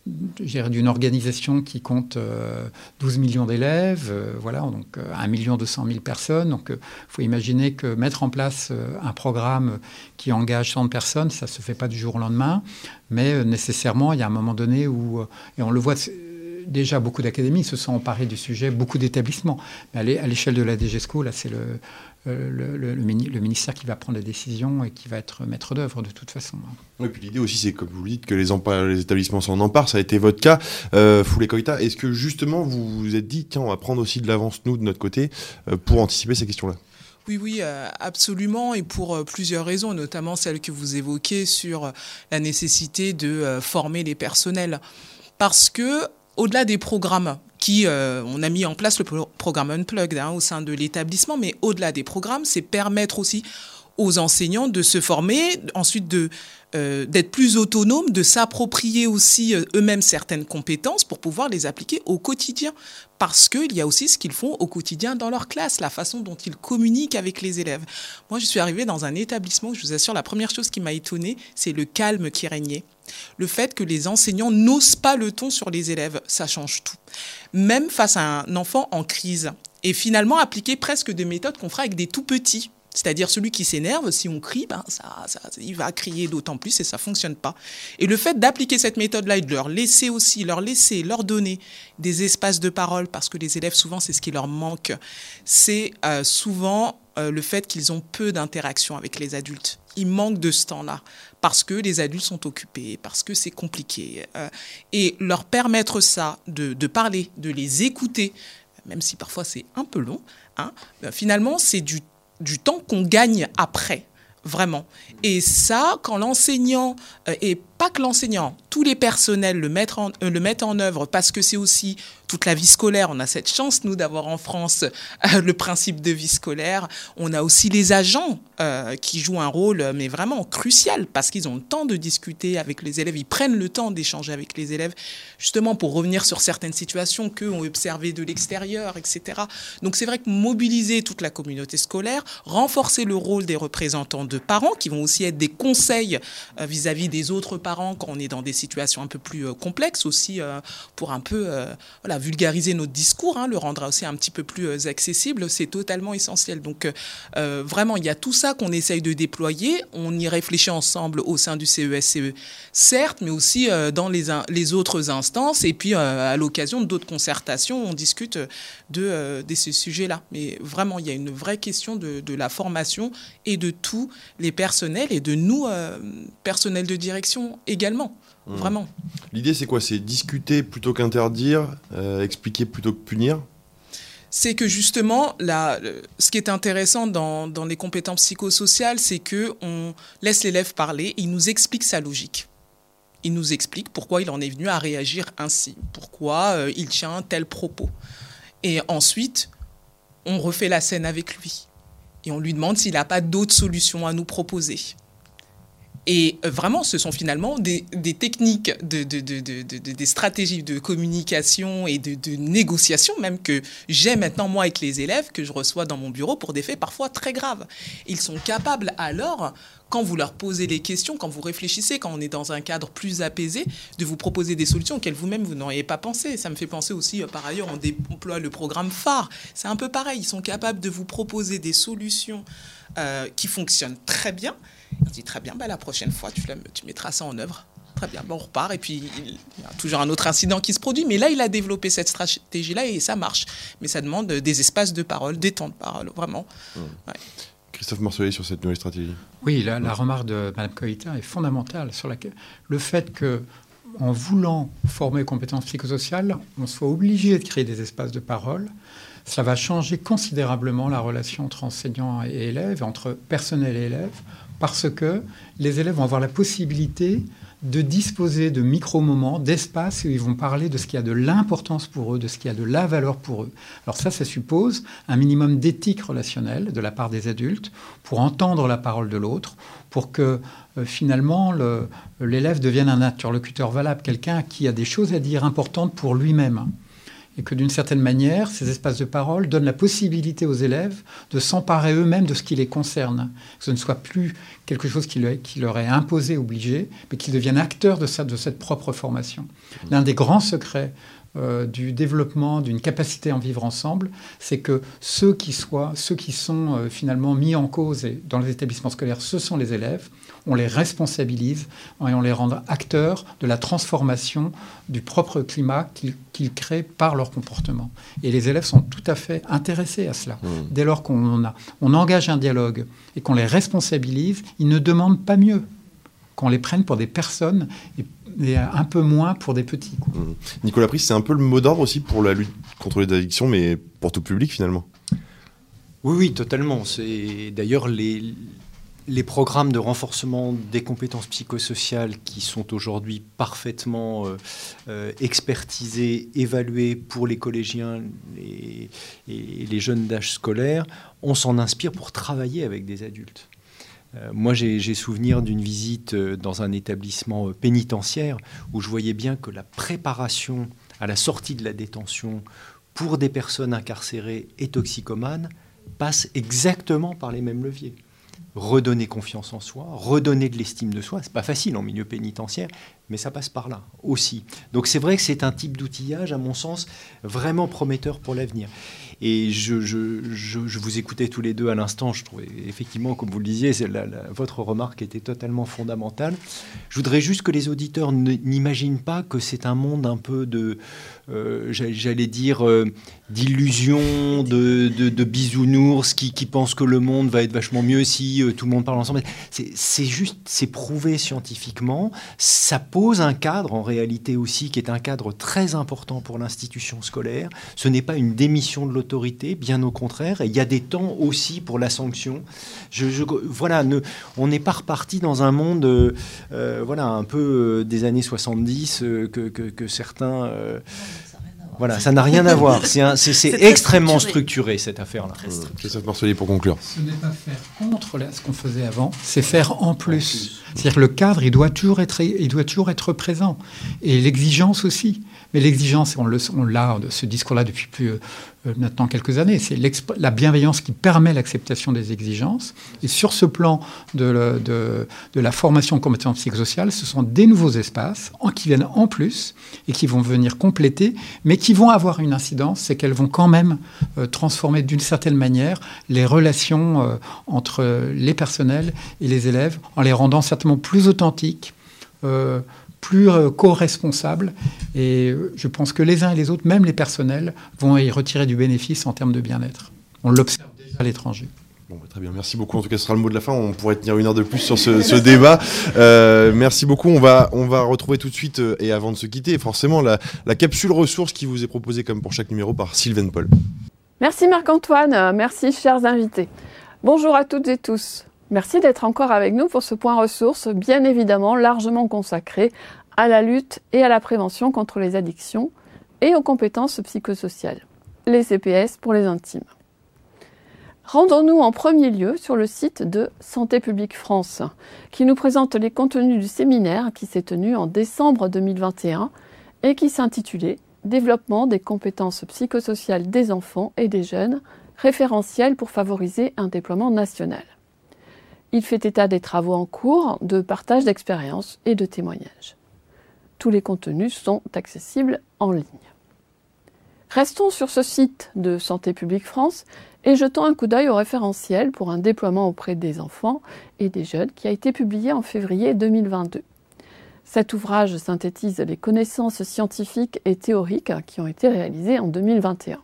d'une organisation qui compte euh, douze millions d'élèves, euh, voilà, donc euh, un million deux cent mille personnes. Donc, il euh, faut imaginer que mettre en place euh, un programme qui engage cent personnes, ça ne se fait pas du jour au lendemain, mais euh, nécessairement, il y a un moment donné où, euh, et on le voit, déjà, beaucoup d'académies se sont emparées du sujet, beaucoup d'établissements. Mais à l'échelle de la D G S C O, là, c'est le, le, le, le, le ministère qui va prendre la décision et qui va être maître d'œuvre de toute façon. Oui, puis l'idée aussi, c'est comme vous le dites, que les, les établissements s'en emparent. Ça a été votre cas. Euh, Foulé Koïta, est-ce que justement vous vous êtes dit, tiens, on va prendre aussi de l'avance, nous, de notre côté, euh, pour anticiper ces questions-là? Oui, oui, euh, absolument, et pour euh, plusieurs raisons, notamment celle que vous évoquez sur euh, la nécessité de euh, former les personnels. Parce que, au-delà des programmes, qui, euh, on a mis en place le pro- programme Unplugged hein, au sein de l'établissement, mais au-delà des programmes, c'est permettre aussi aux enseignants de se former, ensuite de, euh, d'être plus autonomes, de s'approprier aussi euh, eux-mêmes certaines compétences pour pouvoir les appliquer au quotidien. Parce qu'il y a aussi ce qu'ils font au quotidien dans leur classe, la façon dont ils communiquent avec les élèves. Moi, je suis arrivée dans un établissement, je vous assure, la première chose qui m'a étonnée, c'est le calme qui régnait. Le fait que les enseignants n'osent pas le ton sur les élèves, ça change tout. Même face à un enfant en crise. Et finalement, appliquer presque des méthodes qu'on fera avec des tout-petits. C'est-à-dire celui qui s'énerve, si on crie, ben ça, ça, il va crier d'autant plus et ça ne fonctionne pas. Et le fait d'appliquer cette méthode-là et de leur laisser aussi, leur laisser, leur donner des espaces de parole, parce que les élèves, souvent, c'est ce qui leur manque, c'est euh, souvent euh, le fait qu'ils ont peu d'interaction avec les adultes. Ils manquent de ce temps-là, parce que les adultes sont occupés, parce que c'est compliqué. Euh, et leur permettre ça, de, de parler, de les écouter, même si parfois c'est un peu long, hein, ben, finalement, c'est du du temps qu'on gagne après, vraiment. Et ça, quand l'enseignant, euh, et pas que l'enseignant, tous les personnels le mettent en, euh, le mettent en œuvre, parce que c'est aussi toute la vie scolaire. On a cette chance, nous, d'avoir en France euh, le principe de vie scolaire. On a aussi les agents euh, qui jouent un rôle, mais vraiment crucial, parce qu'ils ont le temps de discuter avec les élèves. Ils prennent le temps d'échanger avec les élèves, justement pour revenir sur certaines situations qu'eux ont observées de l'extérieur, et cetera. Donc c'est vrai que mobiliser toute la communauté scolaire, renforcer le rôle des représentants de parents, qui vont aussi être des conseils euh, vis-à-vis des autres parents quand on est dans des situations un peu plus euh, complexes, aussi euh, pour un peu euh, voilà, vulgariser notre discours, hein, le rendre aussi un petit peu plus euh, accessible, c'est totalement essentiel. Donc euh, vraiment, il y a tout ça qu'on essaye de déployer. On y réfléchit ensemble au sein du C E S C E, certes, mais aussi euh, dans les, in- les autres instances. Et puis, euh, à l'occasion d'autres concertations, on discute de, euh, de ces sujets-là. Mais vraiment, il y a une vraie question de, de la formation et de tous les personnels et de nous, euh, personnels de direction également. Mmh. Vraiment. L'idée, c'est quoi? C'est discuter plutôt qu'interdire, euh, expliquer plutôt que punir? C'est que justement, la, ce qui est intéressant dans, dans les compétences psychosociales, c'est qu'on laisse l'élève parler, il nous explique sa logique. Il nous explique pourquoi il en est venu à réagir ainsi, pourquoi euh, il tient un tel propos. Et ensuite, on refait la scène avec lui. Et on lui demande s'il n'a pas d'autres solutions à nous proposer. Et vraiment, ce sont finalement des, des techniques, de, de, de, de, de, des stratégies de communication et de, de négociation même que j'ai maintenant, moi, avec les élèves que je reçois dans mon bureau pour des faits parfois très graves. Ils sont capables alors, quand vous leur posez les questions, quand vous réfléchissez, quand on est dans un cadre plus apaisé, de vous proposer des solutions auxquelles vous-même, vous n'auriez pas pensé. Ça me fait penser aussi, par ailleurs, on déploie le programme phare. C'est un peu pareil. Ils sont capables de vous proposer des solutions euh, qui fonctionnent très bien. Il dit très bien, bah, la prochaine fois, tu, tu mettras ça en œuvre. Très bien, bon, on repart. Et puis, il y a toujours un autre incident qui se produit. Mais là, il a développé cette stratégie-là et ça marche. Mais ça demande des espaces de parole, des temps de parole, vraiment. Mmh. Ouais. Christophe Morcelet sur cette nouvelle stratégie. Oui, la, la remarque de Mme Koïta est fondamentale sur laquelle, le fait que, en voulant former aux compétences psychosociales, on soit obligé de créer des espaces de parole. Ça va changer considérablement la relation entre enseignants et élèves, entre personnel et élèves, parce que les élèves vont avoir la possibilité de disposer de micro-moments, d'espaces où ils vont parler de ce qui a de l'importance pour eux, de ce qui a de la valeur pour eux. Alors ça, ça suppose un minimum d'éthique relationnelle de la part des adultes pour entendre la parole de l'autre, pour que euh, finalement le, l'élève devienne un interlocuteur valable, quelqu'un qui a des choses à dire importantes pour lui-même. Et que d'une certaine manière, ces espaces de parole donnent la possibilité aux élèves de s'emparer eux-mêmes de ce qui les concerne. Que ce ne soit plus quelque chose qui leur, qui leur est imposé, obligé, mais qu'ils deviennent acteurs de, ça, de cette propre formation. L'un des grands secrets euh, du développement d'une capacité à en vivre ensemble, c'est que ceux qui, soient, ceux qui sont euh, finalement mis en cause et dans les établissements scolaires, ce sont les élèves. On les responsabilise et on les rend acteurs de la transformation du propre climat qu'ils qu'ils créent par leur comportement. Et les élèves sont tout à fait intéressés à cela. Mmh. Dès lors qu'on a, on engage un dialogue et qu'on les responsabilise, ils ne demandent pas mieux, qu'on les prenne pour des personnes et, et un peu moins pour des petits. Quoi. Mmh. Nicolas Pris, c'est un peu le mot d'ordre aussi pour la lutte contre les addictions, mais pour tout public finalement. Oui, oui, totalement. C'est d'ailleurs les... Les programmes de renforcement des compétences psychosociales qui sont aujourd'hui parfaitement euh, euh, expertisés, évalués pour les collégiens et, et les jeunes d'âge scolaire, on s'en inspire pour travailler avec des adultes. Euh, moi, j'ai, j'ai souvenir d'une visite dans un établissement pénitentiaire où je voyais bien que la préparation à la sortie de la détention pour des personnes incarcérées et toxicomanes passe exactement par les mêmes leviers. Redonner confiance en soi, redonner de l'estime de soi. C'est pas facile en milieu pénitentiaire, mais ça passe par là aussi. Donc c'est vrai que c'est un type d'outillage, à mon sens, vraiment prometteur pour l'avenir. Et je, je, je, je vous écoutais tous les deux à l'instant, je trouvais effectivement, comme vous le disiez, c'est la, la, votre remarque était totalement fondamentale. Je voudrais juste que les auditeurs n'imaginent pas que c'est un monde un peu de, euh, j'allais dire, euh, d'illusion, de, de, de bisounours qui, qui pensent que le monde va être vachement mieux si euh, tout le monde parle ensemble. C'est, c'est juste, c'est prouvé scientifiquement, ça pose un cadre en réalité aussi qui est un cadre très important pour l'institution scolaire. Ce n'est pas une démission de l'autorité, bien au contraire. Et il y a des temps aussi pour la sanction. Je, je, voilà, ne, on n'est pas reparti dans un monde euh, euh, voilà, un peu euh, des années soixante-dix euh, que, que, que certains... Euh, Voilà, ça n'a rien à voir. C'est, un, c'est, c'est, c'est extrêmement structuré. structuré, cette affaire-là. Christophe Marcelier, pour conclure. Ce n'est pas faire contre ce qu'on faisait avant, c'est faire en plus. C'est-à-dire que le cadre, il doit toujours être, il doit toujours être présent. Et l'exigence aussi. Mais l'exigence, on, le, on l'a, ce discours-là depuis plus, euh, maintenant quelques années, c'est la bienveillance qui permet l'acceptation des exigences. Et sur ce plan de, le, de, de la formation en compétences psychosociales, ce sont des nouveaux espaces en, qui viennent en plus et qui vont venir compléter, mais qui vont avoir une incidence, c'est qu'elles vont quand même euh, transformer d'une certaine manière les relations euh, entre les personnels et les élèves, en les rendant certainement plus authentiques, euh, plus euh, co-responsables. Et euh, je pense que les uns et les autres, même les personnels, vont y retirer du bénéfice en termes de bien-être. On l'observe déjà à l'étranger. Bon, bah, très bien, merci beaucoup. En tout cas, ce sera le mot de la fin. On pourrait tenir une heure de plus sur ce, ce débat. Euh, merci beaucoup. On va, on va retrouver tout de suite, euh, et avant de se quitter, forcément, la, la capsule ressources qui vous est proposée, comme pour chaque numéro, par Sylvaine Paul. Merci Marc-Antoine. Merci, chers invités. Bonjour à toutes et tous. Merci d'être encore avec nous pour ce point ressources, bien évidemment largement consacré à la lutte et à la prévention contre les addictions et aux compétences psychosociales, les C P S pour les intimes. Rendons-nous en premier lieu sur le site de Santé publique France, qui nous présente les contenus du séminaire qui s'est tenu en décembre deux mille vingt et un et qui s'intitulait « Développement des compétences psychosociales des enfants et des jeunes, référentiel pour favoriser un déploiement national ». Il fait état des travaux en cours, de partage d'expériences et de témoignages. Tous les contenus sont accessibles en ligne. Restons sur ce site de Santé publique France et jetons un coup d'œil au référentiel pour un déploiement auprès des enfants et des jeunes qui a été publié en février deux mille vingt-deux. Cet ouvrage synthétise les connaissances scientifiques et théoriques qui ont été réalisées en deux mille vingt et un.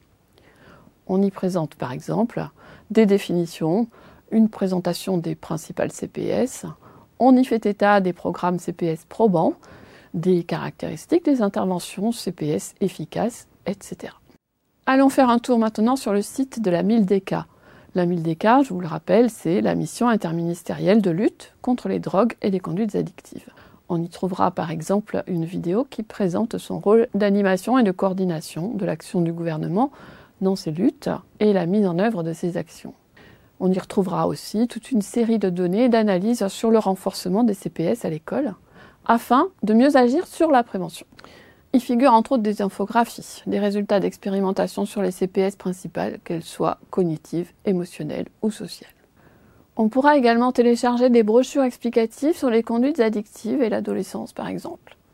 On y présente par exemple des définitions, une présentation des principales C P S, on y fait état des programmes C P S probants, des caractéristiques des interventions C P S efficaces, et cetera. Allons faire un tour maintenant sur le site de la MILDECA. La MILDECA, je vous le rappelle, c'est la mission interministérielle de lutte contre les drogues et les conduites addictives. On y trouvera par exemple une vidéo qui présente son rôle d'animation et de coordination de l'action du gouvernement dans ces luttes et la mise en œuvre de ces actions. On y retrouvera aussi toute une série de données et d'analyses sur le renforcement des C P S à l'école, afin de mieux agir sur la prévention. Il figure entre autres des infographies, des résultats d'expérimentation sur les C P S principales, qu'elles soient cognitives, émotionnelles ou sociales. On pourra également télécharger des brochures explicatives sur les conduites addictives et l'adolescence par exemple.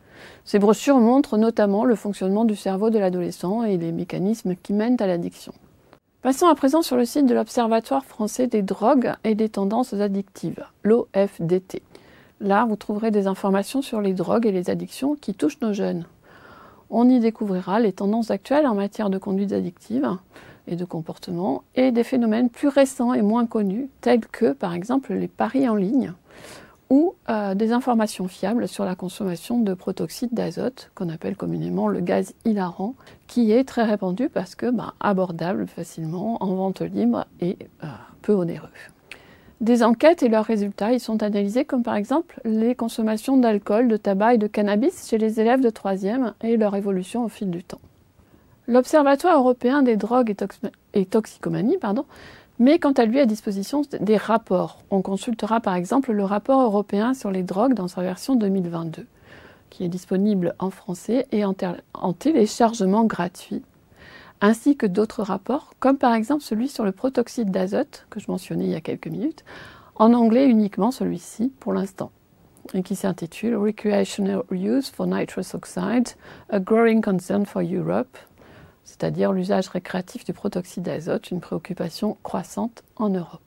Ces brochures montrent notamment le fonctionnement du cerveau de l'adolescent et les mécanismes qui mènent à l'addiction. Passons à présent sur le site de l'Observatoire français des drogues et des tendances addictives, l'O F D T. Là, vous trouverez des informations sur les drogues et les addictions qui touchent nos jeunes. On y découvrira les tendances actuelles en matière de conduite addictive et de comportement et des phénomènes plus récents et moins connus, tels que, par exemple, les paris en ligne, ou euh, des informations fiables sur la consommation de protoxyde d'azote, qu'on appelle communément le gaz hilarant, qui est très répandu parce que bah, abordable facilement, en vente libre et euh, peu onéreux. Des enquêtes et leurs résultats y sont analysés, comme par exemple les consommations d'alcool, de tabac et de cannabis chez les élèves de troisième et leur évolution au fil du temps. L'Observatoire européen des drogues et, tox et toxicomanie pardon, met quant à lui à disposition des rapports. On consultera par exemple le rapport européen sur les drogues dans sa version deux mille vingt-deux, qui est disponible en français et en, en téléchargement gratuit, ainsi que d'autres rapports, comme par exemple celui sur le protoxyde d'azote, que je mentionnais il y a quelques minutes, en anglais uniquement celui-ci pour l'instant, et qui s'intitule « Recreational Use for Nitrous Oxide, a Growing Concern for Europe », c'est-à-dire l'usage récréatif du protoxyde d'azote, une préoccupation croissante en Europe.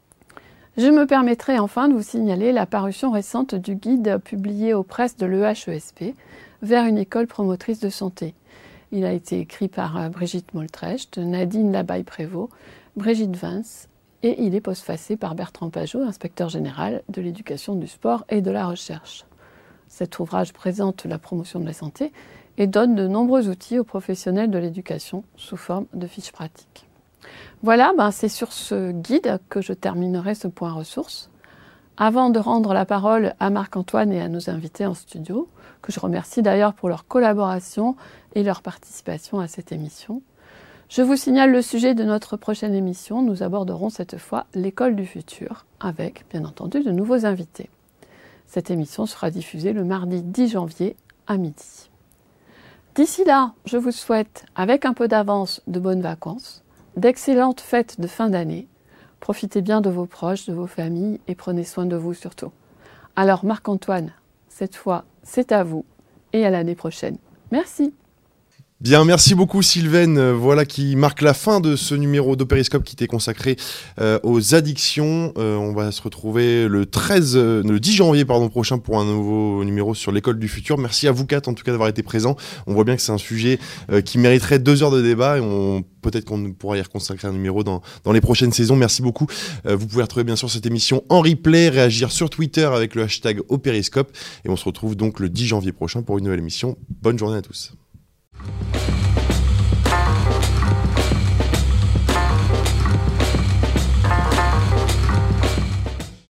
Je me permettrai enfin de vous signaler la parution récente du guide publié aux presses de l'E H E S P vers une école promotrice de santé. Il a été écrit par Brigitte Moltrecht, Nadine Labaille-Prévost, Brigitte Vance et il est postfacé par Bertrand Pajot, inspecteur général de l'éducation, du sport et de la recherche. Cet ouvrage présente la promotion de la santé et donne de nombreux outils aux professionnels de l'éducation sous forme de fiches pratiques. Voilà, ben c'est sur ce guide que je terminerai ce point ressources. Avant de rendre la parole à Marc-Antoine et à nos invités en studio, que je remercie d'ailleurs pour leur collaboration et leur participation à cette émission, je vous signale le sujet de notre prochaine émission. Nous aborderons cette fois l'école du futur, avec, bien entendu, de nouveaux invités. Cette émission sera diffusée le mardi dix janvier à midi. D'ici là, je vous souhaite, avec un peu d'avance, de bonnes vacances, d'excellentes fêtes de fin d'année. Profitez bien de vos proches, de vos familles et prenez soin de vous surtout. Alors Marc-Antoine, cette fois, c'est à vous et à l'année prochaine. Merci. Bien, merci beaucoup Sylvaine, euh, voilà qui marque la fin de ce numéro d'Opériscope qui était consacré euh, aux addictions. Euh, on va se retrouver le treize, euh, le dix janvier pardon, prochain pour un nouveau numéro sur l'école du futur. Merci à vous quatre en tout cas d'avoir été présents. On voit bien que c'est un sujet euh, qui mériterait deux heures de débat et on peut-être qu'on pourra y reconsacrer un numéro dans, dans les prochaines saisons. Merci beaucoup. Euh, vous pouvez retrouver bien sûr cette émission en replay, réagir sur Twitter avec le hashtag Opériscope et on se retrouve donc le dix janvier prochain pour une nouvelle émission. Bonne journée à tous.